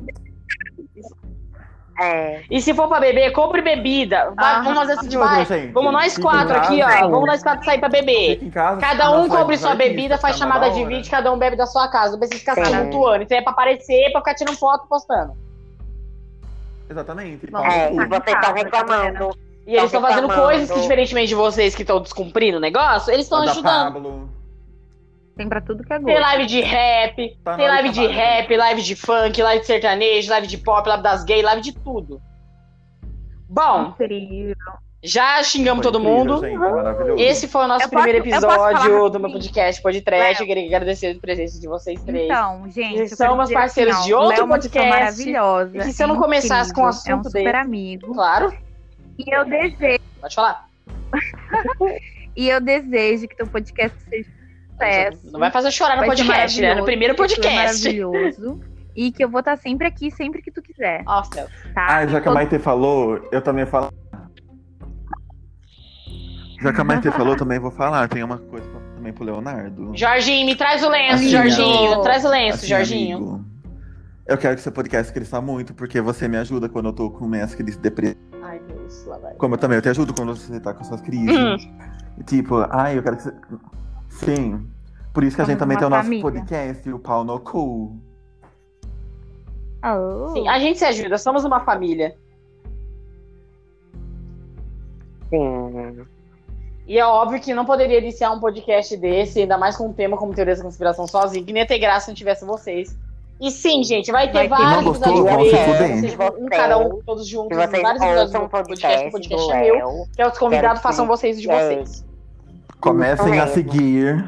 E se for pra beber, compre bebida. Vamos fazer assim, E outra, vai. gente, Vamos nós fica em 4 aqui, casa. ó. Vamos nós 4 sair pra beber. Fica em casa, Cada não um faz compre sua artista, bebida, faz tá chamada na de hora. vídeo, cada um bebe da sua casa. Não precisa ficar se Sim. tumultuando. Isso aí é pra aparecer, pra ficar tirando foto e postando. Exatamente. Bom, Pau no E cu. vocês estão reclamando. E eles estão fazendo reclamando. coisas que, diferentemente de vocês que estão descumprindo o negócio, eles estão Da ajudando. Pablo. Tem pra tudo que é Tem gosto. live de rap, Tá na tem hora live de de acabar, rap, live de funk, live de sertanejo, live de pop, live das gays, live de tudo. Bom, Incrível. já xingamos Foi todo incrível, mundo. gente, maravilhoso. Esse foi o nosso Eu posso- primeiro eu posso falar episódio do meu rapidinho? podcast Podcast. Eu Léo. queria agradecer a presença de vocês três. Então, gente, Eles eu são quero meus dizer parceiros assim, ó, de outro o Léo é uma podcast, pessoa maravilhosa. e que se eu não começasse com um é um assunto super desse- amigo. Claro, E eu desejo, pode falar. que teu podcast seja um sucesso. Não vai fazer eu chorar no Vai ser podcast, né? No maravilhoso, primeiro porque tu é podcast. maravilhoso. E que eu vou estar sempre aqui, sempre que tu quiser. Nossa, Tá? Já que a Maite falou, eu também falo. Já que a Maite falou, eu também vou falar. Tem uma coisa também pro Leonardo. Jorginho, me traz o lenço, Assim, Jorginho. Traz o lenço, Assim, Jorginho. amigo, eu quero que seu podcast cresça muito, porque você me ajuda quando eu tô com minhas crises de depressão. Ai, Deus, lá vai. Como eu te ajudo quando você tá com suas crises. E tipo, eu quero que você. Sim. Por isso que a gente Somos também uma tem o nosso família. podcast, o Pau no Cu. Oh. Sim, a gente se ajuda, somos uma família. Sim. E é óbvio que não poderia iniciar um podcast desse, ainda mais com um tema como teoria da conspiração sozinho, que nem ia ter graça se não tivesse vocês. E sim, gente, vai ter Vai ter. vários Não gostou? episódios Vão se extras, fuder. vocês, cada um, todos juntos, Se vocês vários episódios ouçam do o podcast, o podcast podcast do é meu, Léo, que é os convidados quero façam que- vocês de vocês. Comecem a mesmo. seguir.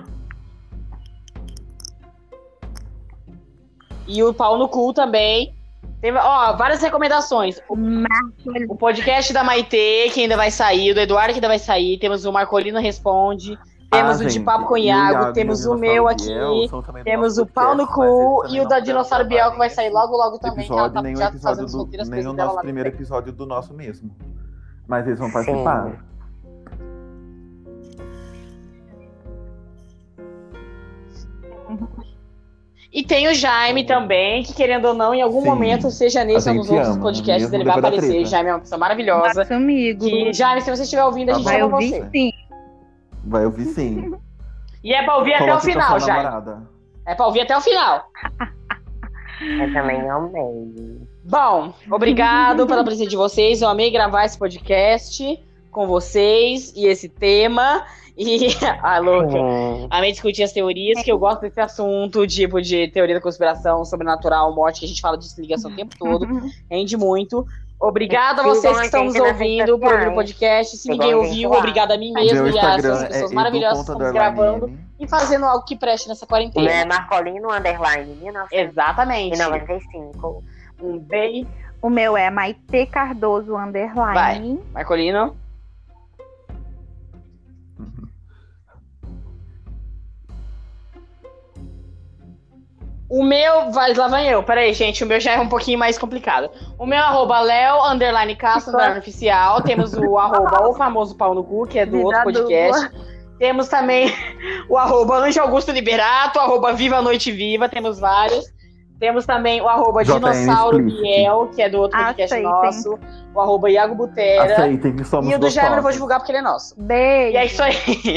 E o Pau no Cu também. Tem, várias recomendações. O podcast da Maitê, que ainda vai sair, o do Eduardo, que ainda vai sair. Temos o Marcolino Responde. Temos o De gente, Papo com o e o Iago. e Temos o o meu Dinossauro aqui. Biel são também do Temos nosso o Pau no podcast, mas Cu eles e o também da não Dinossauro gravam Biel, que vai sair logo também. Que ela episódio, tá nem o já fazendo episódio os roteiros, nem o coisas dela nosso lá no primeiro meio. episódio do nosso mesmo. Mas eles vão Sim. participar. E tem o Jaime também, que querendo ou não, em algum Sim. momento, seja nesse A ou nos gente outros ama, podcasts, mesmo ele vai depois da aparecer. treta. Jaime é uma pessoa maravilhosa. Nosso amigo. Que, Jaime, se você estiver ouvindo, a gente Vai ama ouvir você. sim. Vai ouvir sim. E é pra ouvir até o Coloque final, sua Jaime. namorada. É pra ouvir até o final. Eu também amei. Bom, obrigado pela presença de vocês. Eu amei gravar esse podcast com vocês e esse tema. E, louca. Sim. Amei discutir as teorias, que eu gosto desse assunto, tipo, de teoria da conspiração, sobrenatural, morte, que a gente fala de ligação o tempo todo. Rende muito. Obrigado a vocês que estão nos ouvindo por ouvir o podcast. Se ninguém ouviu, obrigado a mim mesmo Meu e a Instagram essas pessoas é maravilhosas que estamos gravando edu.underline. e fazendo algo que preste nessa O meu é quarentena. Marcolino Underline 1995. Exatamente. Um beijo, O meu é Maite Cardoso Underline. Vai. Marcolino. O meu, lá vai eu. Peraí, gente, o meu já é um pouquinho mais complicado. O meu é @Leo_Castro _oficial. Temos o famoso Pau no Cu, que é do outro Vida podcast. Temos também o @Anjo Augusto Liberato, @Viva a Noite Viva, temos vários. Temos também o JN Dinossauro Explicit. Biel, que é do outro podcast Aceitem. nosso. O Iago Butera. Aceitem que somos E o do Jaime eu não vou gostosos. divulgar porque ele é nosso. Beijo. E é isso aí.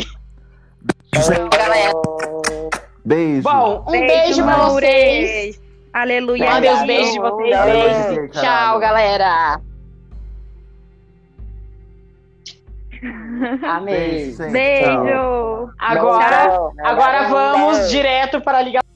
Galera. Beijo. Bom, um beijo pra vocês. Aleluia. Mandem os beijos de vocês. Aleluia. Beijo. Tchau, galera. Amei. Beijo, gente. Tchau. Beijo. Agora Tchau. vamos direto para a ligação.